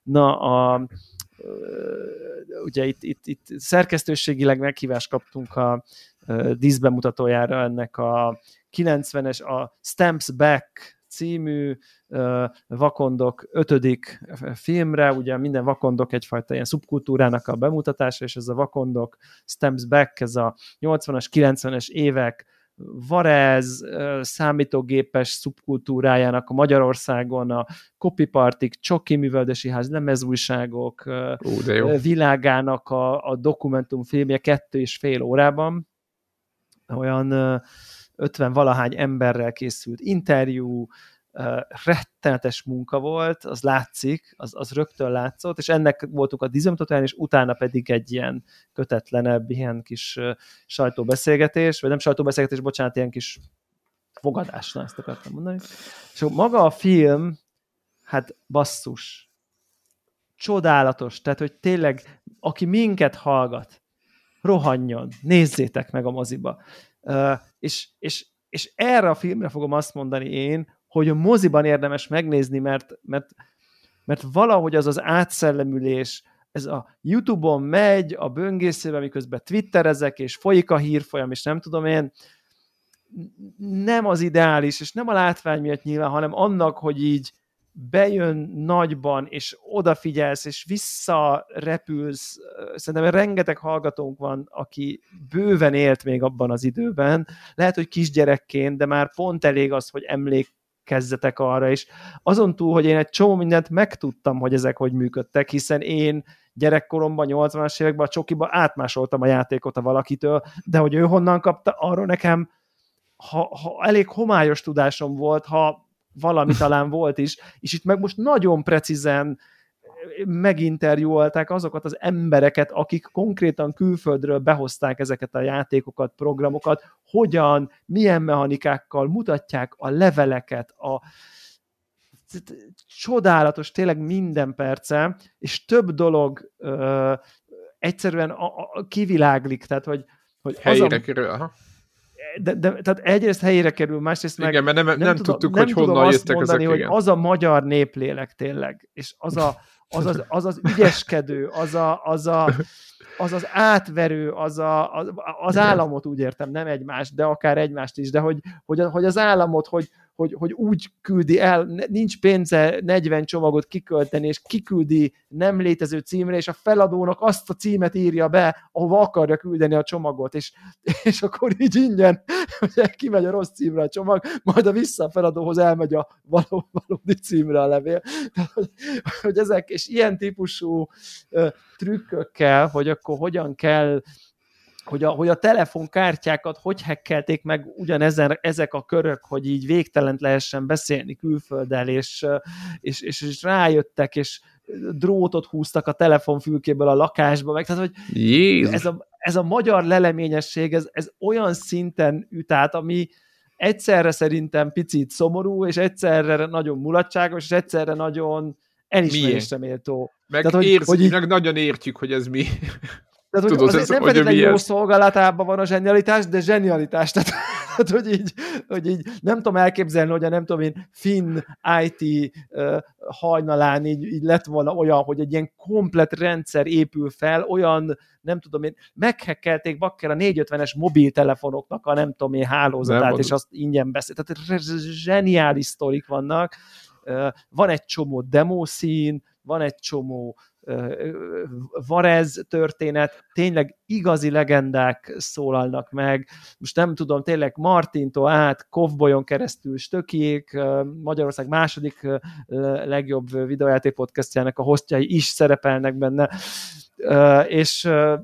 S2: ugye itt szerkesztőségileg meghívást kaptunk a díszbemutatójára ennek a 90-es, a Stamps Back című Vakondok 5. filmre, ugye minden Vakondok egyfajta ilyen szubkultúrának a bemutatása, és ez a Vakondok Stamps Back, ez a 80-as, 90-es évek varez, számítógépes szubkultúrájának a Magyarországon a copypartik, csoki műveldési ház, lemezújságok világának a dokumentumfilmje 2,5 órában. Olyan 50-valahány emberrel készült interjú, rettenetes munka volt, az látszik, az rögtön látszott, és ennek voltunk a díszbemutatóján, és utána pedig egy ilyen kötetlenebb, ilyen kis sajtóbeszélgetés, vagy nem sajtóbeszélgetés, bocsánat, ilyen kis fogadásra, ezt akartam mondani. És maga a film, hát basszus, csodálatos, tehát, hogy tényleg, aki minket hallgat, rohanjon, nézzétek meg a moziba. És erre a filmre fogom azt mondani én, hogy a moziban érdemes megnézni, mert valahogy az átszellemülés, ez a YouTube-on megy, a böngészőben, miközben twitterezek, és folyik a hírfolyam, és nem tudom én, nem az ideális, és nem a látvány miatt nyilván, hanem annak, hogy így bejön nagyban, és odafigyelsz, és visszarepülsz. Szerintem rengeteg hallgatónk van, aki bőven élt még abban az időben, lehet, hogy kisgyerekként, de már pont elég az, hogy emlékezzetek arra, és azon túl, hogy én egy csomó mindent megtudtam, hogy ezek hogy működtek, hiszen én gyerekkoromban, 80-as években a csokiba átmásoltam a játékot a valakitől, de hogy ő honnan kapta, arról nekem ha elég homályos tudásom volt, ha valami talán volt is, és itt meg most nagyon precízen meginterjúolták azokat az embereket, akik konkrétan külföldről behozták ezeket a játékokat, programokat, hogyan, milyen mechanikákkal mutatják a leveleket, csodálatos, tényleg minden perce, és több dolog kiviláglik, tehát, hogy
S1: helyirekről,
S2: tehát egyrészt helyére kerül, másrészt meg
S1: igen, mert nem tudtuk, hogy honnan jöttek
S2: mondani,
S1: ezek.
S2: Hogy az a magyar néplélek tényleg, és az ügyeskedő, az átverő, az államot úgy értem, nem egymást, de akár egymást is, de hogy az államot, hogy úgy küldi el, nincs pénze 40 csomagot kikölteni, és kiküldi nem létező címre, és a feladónak azt a címet írja be, ahova akarja küldeni a csomagot, és akkor így ingyen kimegy a rossz címre a csomag, majd a vissza a feladóhoz elmegy a valódi címre a levél. Hogy ezek, és ilyen típusú trükkökkel, hogy akkor hogyan kell, hogy a telefonkártyákat hogy hekkelték meg ezek a körök, hogy így végtelent lehessen beszélni külfölddel, és rájöttek, és drótot húztak a telefonfülkéből a lakásba, meg tehát, hogy ez a magyar leleményesség, ez olyan szinten üt át, ami egyszerre szerintem picit szomorú, és egyszerre nagyon mulatságos, és egyszerre nagyon elismerésre méltó.
S1: Meg nagyon értjük, hogy ez mi.
S2: Tehát, hogy tudod, nem feltétlenül jó szolgálatában van a zsenialitás, de zsenialitás. Tehát, hogy így nem tudom elképzelni, hogy a nem tudom én finn IT hajnalán így lett volna olyan, hogy egy ilyen komplett rendszer épül fel, olyan nem tudom én, meghekkelték bakker a 450-es mobiltelefonoknak a nem tudom én hálózatát, és azt ingyen beszél. Tehát zseniális sztorik vannak. Van egy csomó demószín, van egy csomó Varez történet, tényleg igazi legendák szólalnak meg. Most nem tudom, tényleg Martintól át Kovbolyon keresztül Stökiék, Magyarország második legjobb videójáték podcastjának a hostjai is szerepelnek benne, és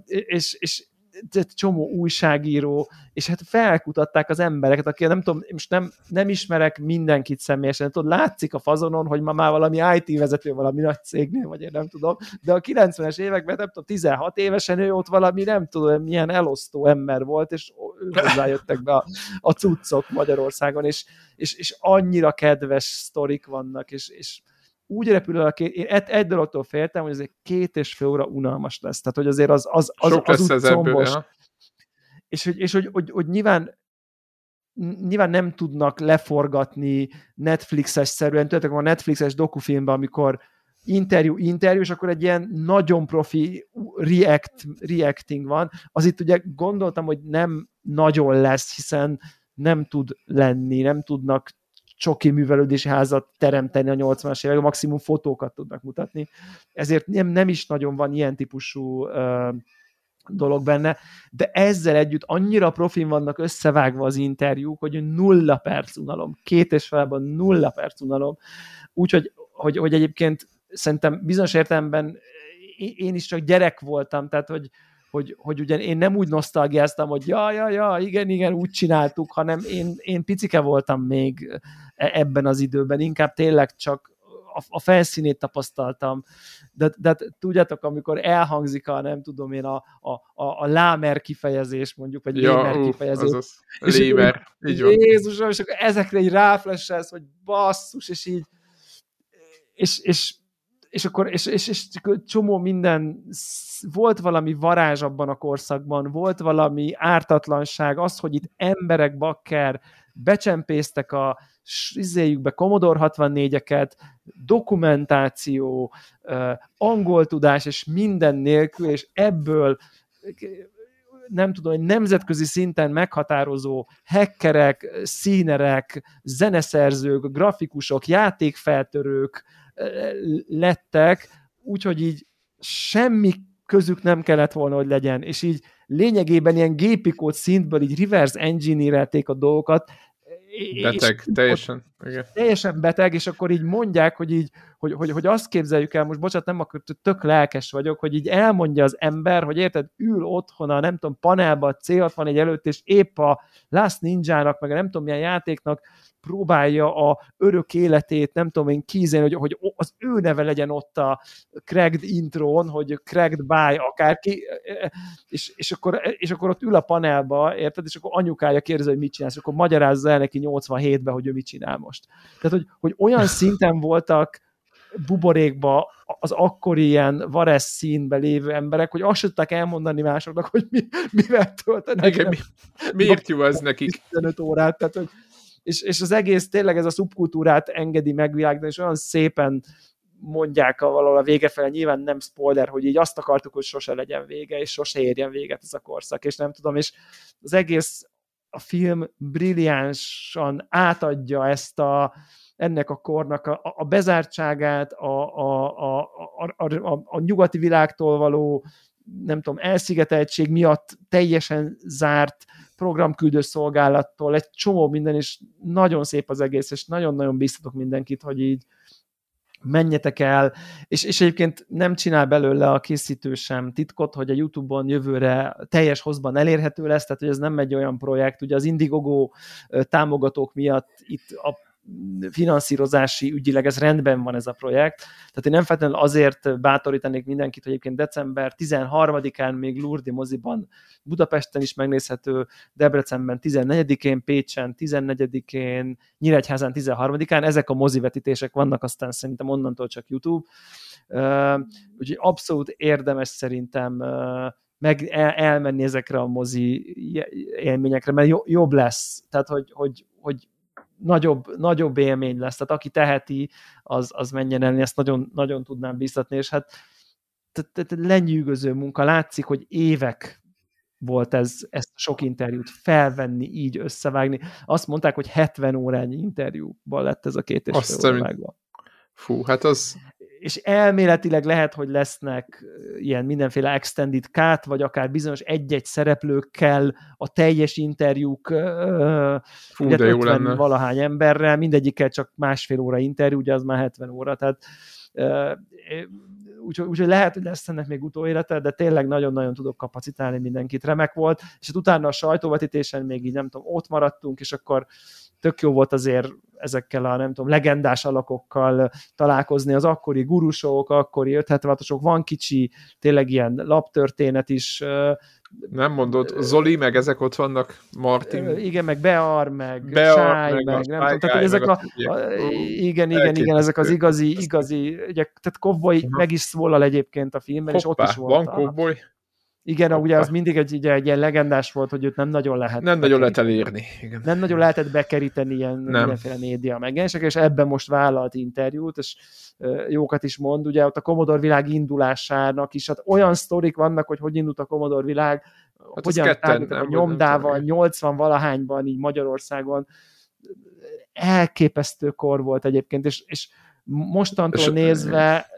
S2: csomó újságíró, és hát felkutatták az embereket, akik nem tudom, most nem ismerek mindenkit személyesen, tudod, látszik a fazonon, hogy ma már valami IT vezető valami nagy cégnél, vagy én nem tudom, de a 90-es években, nem tudom, 16 évesen ő ott valami, nem tudom, milyen elosztó ember volt, és hozzájöttek be a cuccok Magyarországon, és annyira kedves sztorik vannak, és úgy repül el én egy dologtól féltem, hogy azért 2,5 óra unalmas lesz. Tehát, hogy azért az úgy combos. És hogy nyilván nem tudnak leforgatni Netflixes-szerűen, tudjátok, van a Netflixes dokufilmben, amikor interjú, és akkor egy ilyen nagyon profi reacting van. Az itt ugye gondoltam, hogy nem nagyon lesz, hiszen nem tud lenni, nem tudnak csoki művelődési házat teremteni a 80-as években, maximum fotókat tudnak mutatni. Ezért nem is nagyon van ilyen típusú dolog benne, de ezzel együtt annyira profin vannak összevágva az interjúk, hogy 0 perc unalom, 2,5-ben 0 perc unalom. Úgyhogy hogy egyébként szerintem bizonyos értelemben én is csak gyerek voltam, tehát hogy ugye én nem úgy nosztalgiáztam, hogy ja, igen, úgy csináltuk, hanem én picike voltam még ebben az időben, inkább tényleg csak a felszínét tapasztaltam, de tudjátok, amikor elhangzik nem tudom én, a lámer kifejezés, mondjuk, vagy lémer kifejezés.
S1: Lémer, így van.
S2: Jézusom, és akkor ezekre így ráflesselsz, hogy basszus, és így, és akkor csomó minden, volt valami varázs abban a korszakban, volt valami ártatlanság, az, hogy itt emberek bakker becsempésztek a izéjükbe Commodore 64-eket, dokumentáció, angol tudás és minden nélkül, és ebből nem tudom, hogy nemzetközi szinten meghatározó hackerek, színerek, zeneszerzők, grafikusok, játékfeltörők lettek, úgyhogy így semmi közük nem kellett volna, hogy legyen, és így lényegében ilyen gépi kód szintből így reverse engineerelték a dolgokat.
S1: Beteg, teljesen. Igen.
S2: Teljesen beteg, és akkor így mondják, hogy azt képzeljük el, most bocsánat, nem akkor tök lelkes vagyok, hogy így elmondja az ember, hogy érted, ül otthon a nem tudom, panelba a C64 előtt, és épp a Last Ninja-nak, meg a nem tudom milyen játéknak próbálja a örök életét, nem tudom én kízélni, hogy az ő neve legyen ott a cracked intrón, hogy cracked by akárki, és akkor ott ül a panelba, érted, és akkor anyukája kérdezi, hogy mit csinálsz, és akkor magyarázza el neki 87-ben, hogy ő mit csinál most. Tehát, hogy olyan szinten voltak buborékba az akkori ilyen vares színbe lévő emberek, hogy azt tudták elmondani másoknak, hogy mivel töltenek.
S1: Igen, miért jó ez nekik?
S2: 15 órát, tehát, hogy, és az egész tényleg ez a szubkultúrát engedi megvilágítani, és olyan szépen mondják valahol a vége felé, nyilván nem spoiler, hogy így azt akartuk, hogy sose legyen vége, és sose érjen véget ez a korszak, és nem tudom, és az egész a film brilliánsan átadja ennek a kornak a bezártságát, a nyugati világtól való, nem tudom, elszigeteltség miatt teljesen zárt programküldő szolgálattól, egy csomó minden, és nagyon szép az egész, és nagyon-nagyon biztatok mindenkit, hogy így menjetek el, és egyébként nem csinál belőle a készítő sem titkot, hogy a YouTube-on jövőre teljes hozban elérhető lesz, tehát hogy ez nem egy olyan projekt, ugye az Indiegogo támogatók miatt itt a finanszírozási ügyileg ez rendben van ez a projekt, tehát én nem feltétlenül azért bátorítanék mindenkit, hogy egyébként december 13-án még Lourdes moziban Budapesten is megnézhető, Debrecenben 14-én, Pécsen 14-én, Nyíregyházán 13-án, ezek a mozivetítések vannak, aztán szerintem onnantól csak YouTube. Úgyhogy abszolút érdemes szerintem elmenni ezekre a mozi élményekre, mert jobb lesz, tehát hogy nagyobb élmény lesz, tehát aki teheti, az menjen el, ezt nagyon, nagyon tudnám biztatni, és hát lenyűgöző munka, látszik, hogy évek volt ezt a sok interjút felvenni, így összevágni. Azt mondták, hogy 70 órányi interjúban lett ez a 2,5 óra vágva.
S1: Fú, hát az...
S2: És elméletileg lehet, hogy lesznek ilyen mindenféle extended cut, vagy akár bizonyos egy-egy szereplőkkel a teljes interjúk 50 valahány emberrel, mindegyikkel csak 1,5 óra interjú, ugye az már 70 óra, tehát úgyhogy lehet, hogy lesz ennek még utóélete, de tényleg nagyon-nagyon tudok kapacitálni mindenkit, remek volt, és hát utána a sajtóvetítésen még így nem tudom, ott maradtunk, és akkor tök jó volt azért ezekkel a, nem tudom, legendás alakokkal találkozni, az akkori gurusok, akkori 576-osok, van kicsi, tényleg ilyen laptörténet is.
S1: Nem mondod, Zoli, meg ezek ott vannak, Martin.
S2: Igen, meg Bear, meg Sáj, meg nem tudom, tehát ezek igen, ezek az igazi, ugye, tehát Cowboy meg is szólal egyébként a filmben, és ott is volt.
S1: Van Cowboy?
S2: Igen, ugye az mindig egy ilyen legendás volt, hogy őt nem nagyon lehet
S1: elérni. Igen.
S2: Nem nagyon lehetett bekeríteni ilyen mindenféle média megjelenésekre, és ebben most vállalt interjút, és jókat is mond. Ugye ott a Commodore világ indulásának is, hát olyan sztorik vannak, hogy indult a Commodore világ,
S1: hát
S2: hogyan tárgyaltak a nyomdával, 80-valahányban, így Magyarországon. Elképesztő kor volt egyébként, és mostantól nézve,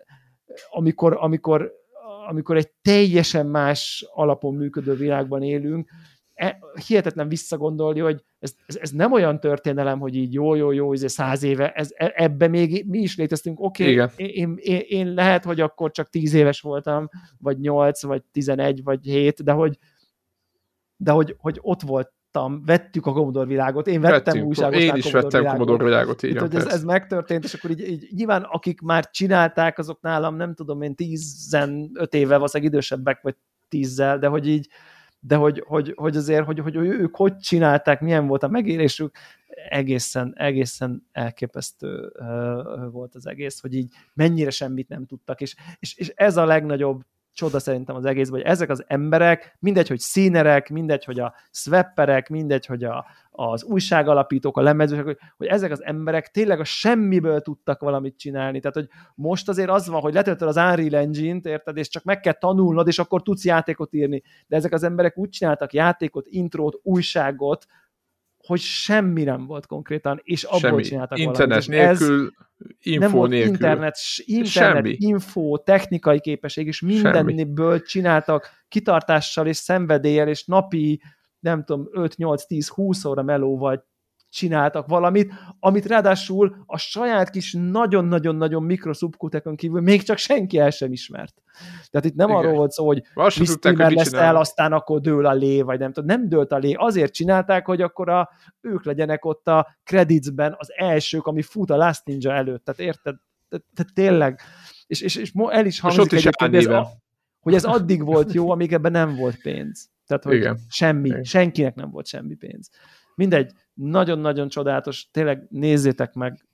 S2: amikor egy teljesen más alapon működő világban élünk, hihetetlen visszagondolni, hogy ez nem olyan történelem, hogy így jó, 100 éve, ebben még mi is léteztünk, oké, én lehet, hogy akkor csak 10 éves voltam, vagy 8, vagy 11, vagy 7, de hogy ott voltam, vettük a Commodore világot, én vettem újságosnál
S1: Én is vettem Commodore világot, így
S2: hogy ez megtörtént, és akkor így nyilván akik már csinálták, azok nálam, nem tudom én, 15 éve valószínűleg idősebbek, vagy 10-zel, de hogy azért, hogy ők hogy csinálták, milyen volt a megélésük, egészen elképesztő volt az egész, hogy így mennyire semmit nem tudtak, és ez a legnagyobb csoda szerintem az egészben, hogy ezek az emberek, mindegy, hogy színerek, mindegy, hogy a swapperek, mindegy, hogy az újságalapítók, a lemezősök, hogy ezek az emberek tényleg a semmiből tudtak valamit csinálni. Tehát, hogy most azért az van, hogy letöltöd az Unreal Engine-t, érted, és csak meg kell tanulnod, és akkor tudsz játékot írni. De ezek az emberek úgy csináltak játékot, intrót, újságot, hogy semmi nem volt konkrétan, és abból csináltak
S1: internet valamit. Nélkül, info nélkül.
S2: Internet, info, technikai képesség, és mindenből csináltak kitartással és szenvedéllyel, és napi, nem tudom, 5-8-10-20 óra melóval csináltak valamit, amit ráadásul a saját kis nagyon-nagyon-nagyon mikroszubkultekon kívül még csak senki el sem ismert. Tehát itt nem arról volt szó, hogy streamer lesz el, aztán akkor dől a lé, vagy nem tudom, nem dőlt a lé. Azért csinálták, hogy akkor ők legyenek ott a creditsben az elsők, ami fut a Last Ninja előtt. Tehát érted? Tehát tényleg. És el is hangzik egyébként, hogy ez addig volt jó, amíg ebben nem volt pénz. Tehát, hogy senkinek nem volt semmi pénz. Mindegy, nagyon-nagyon csodálatos, tényleg nézzétek meg,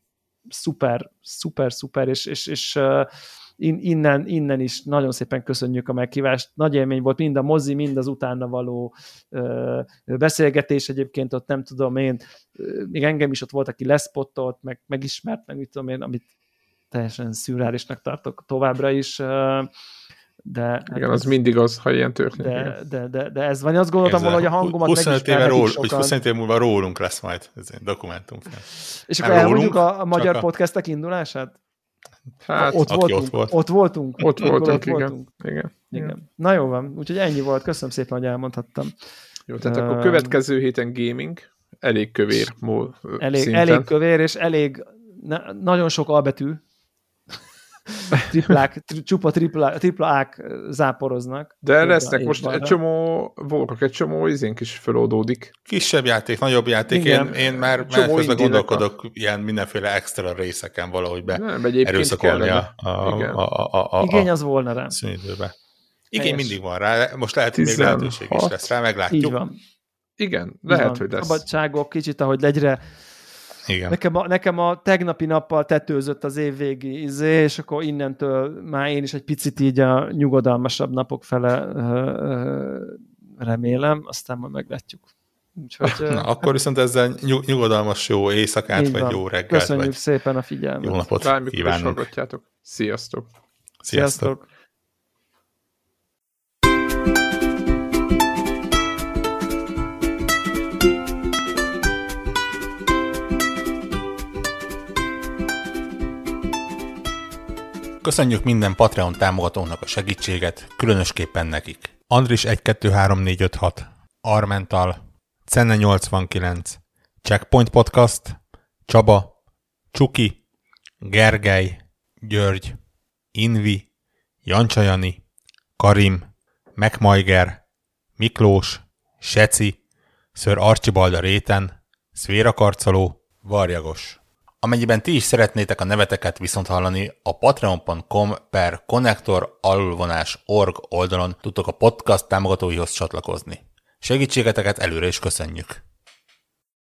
S2: szuper, és innen is nagyon szépen köszönjük a meghívást. Nagy élmény volt mind a mozi, mind az utána való beszélgetés egyébként, ott nem tudom én, még engem is ott volt, aki leszpottolt, megismert, meg mit tudom én, amit teljesen szürreálisnak tartok továbbra is. De
S1: igen, az mindig az, ha ilyen történik.
S2: De ez van, azt gondoltam volna, hogy a hangomat
S3: 25 év múlva rólunk lesz majd ez egy dokumentumfilm.
S2: És akkor elmondjuk a magyar podcastek indulását?
S1: Hát,
S2: ott voltunk,
S1: igen.
S2: Na jó van, úgyhogy ennyi volt, köszönöm szépen, hogy elmondhattam.
S1: Jó, tehát akkor következő héten gaming, elég kövér
S2: elég kövér, és nagyon sok albetű, triplák záporoznak.
S1: De lesznek most egy csomó izénk is feloldódik.
S3: Kisebb játék, nagyobb játék. Én már közben gondolkodok ilyen mindenféle extra részeken valahogy erőszakolni
S2: igény az volna rá.
S3: Szünidőbe. Igény mindig van rá, most lehet, hogy még lehetőség is lesz rá, meglátjuk.
S2: Így van.
S1: Igen, lehet, hogy lesz.
S2: Szabadságok kicsit, ahogy egyre.
S3: Igen.
S2: Nekem a tegnapi nappal tetőzött az évvégi és akkor innentől már én is egy picit így a nyugodalmasabb napok fele remélem, aztán majd meglátjuk. Úgyhogy,
S3: akkor viszont ezzel nyugodalmas jó éjszakát, vagy jó reggelt.
S2: Köszönjük szépen a figyelmet.
S3: Jó napot kívánunk.
S1: Sziasztok.
S3: Sziasztok. Köszönjük minden Patreon támogatónak a segítséget, különösképpen nekik. Andris 123456, Armental, Cenne 89, Checkpoint Podcast, Csaba, Csuki, Gergely, György, Invi, Jancsajani, Karim, Megmajger, Miklós, Seci, Ször Archibald a réten, Szvéra Karcoló, Varjagos. Amennyiben ti is szeretnétek a neveteket viszont hallani, a patreon.com/connector_org oldalon tudtok a podcast támogatóihoz csatlakozni. Segítségeteket előre is köszönjük!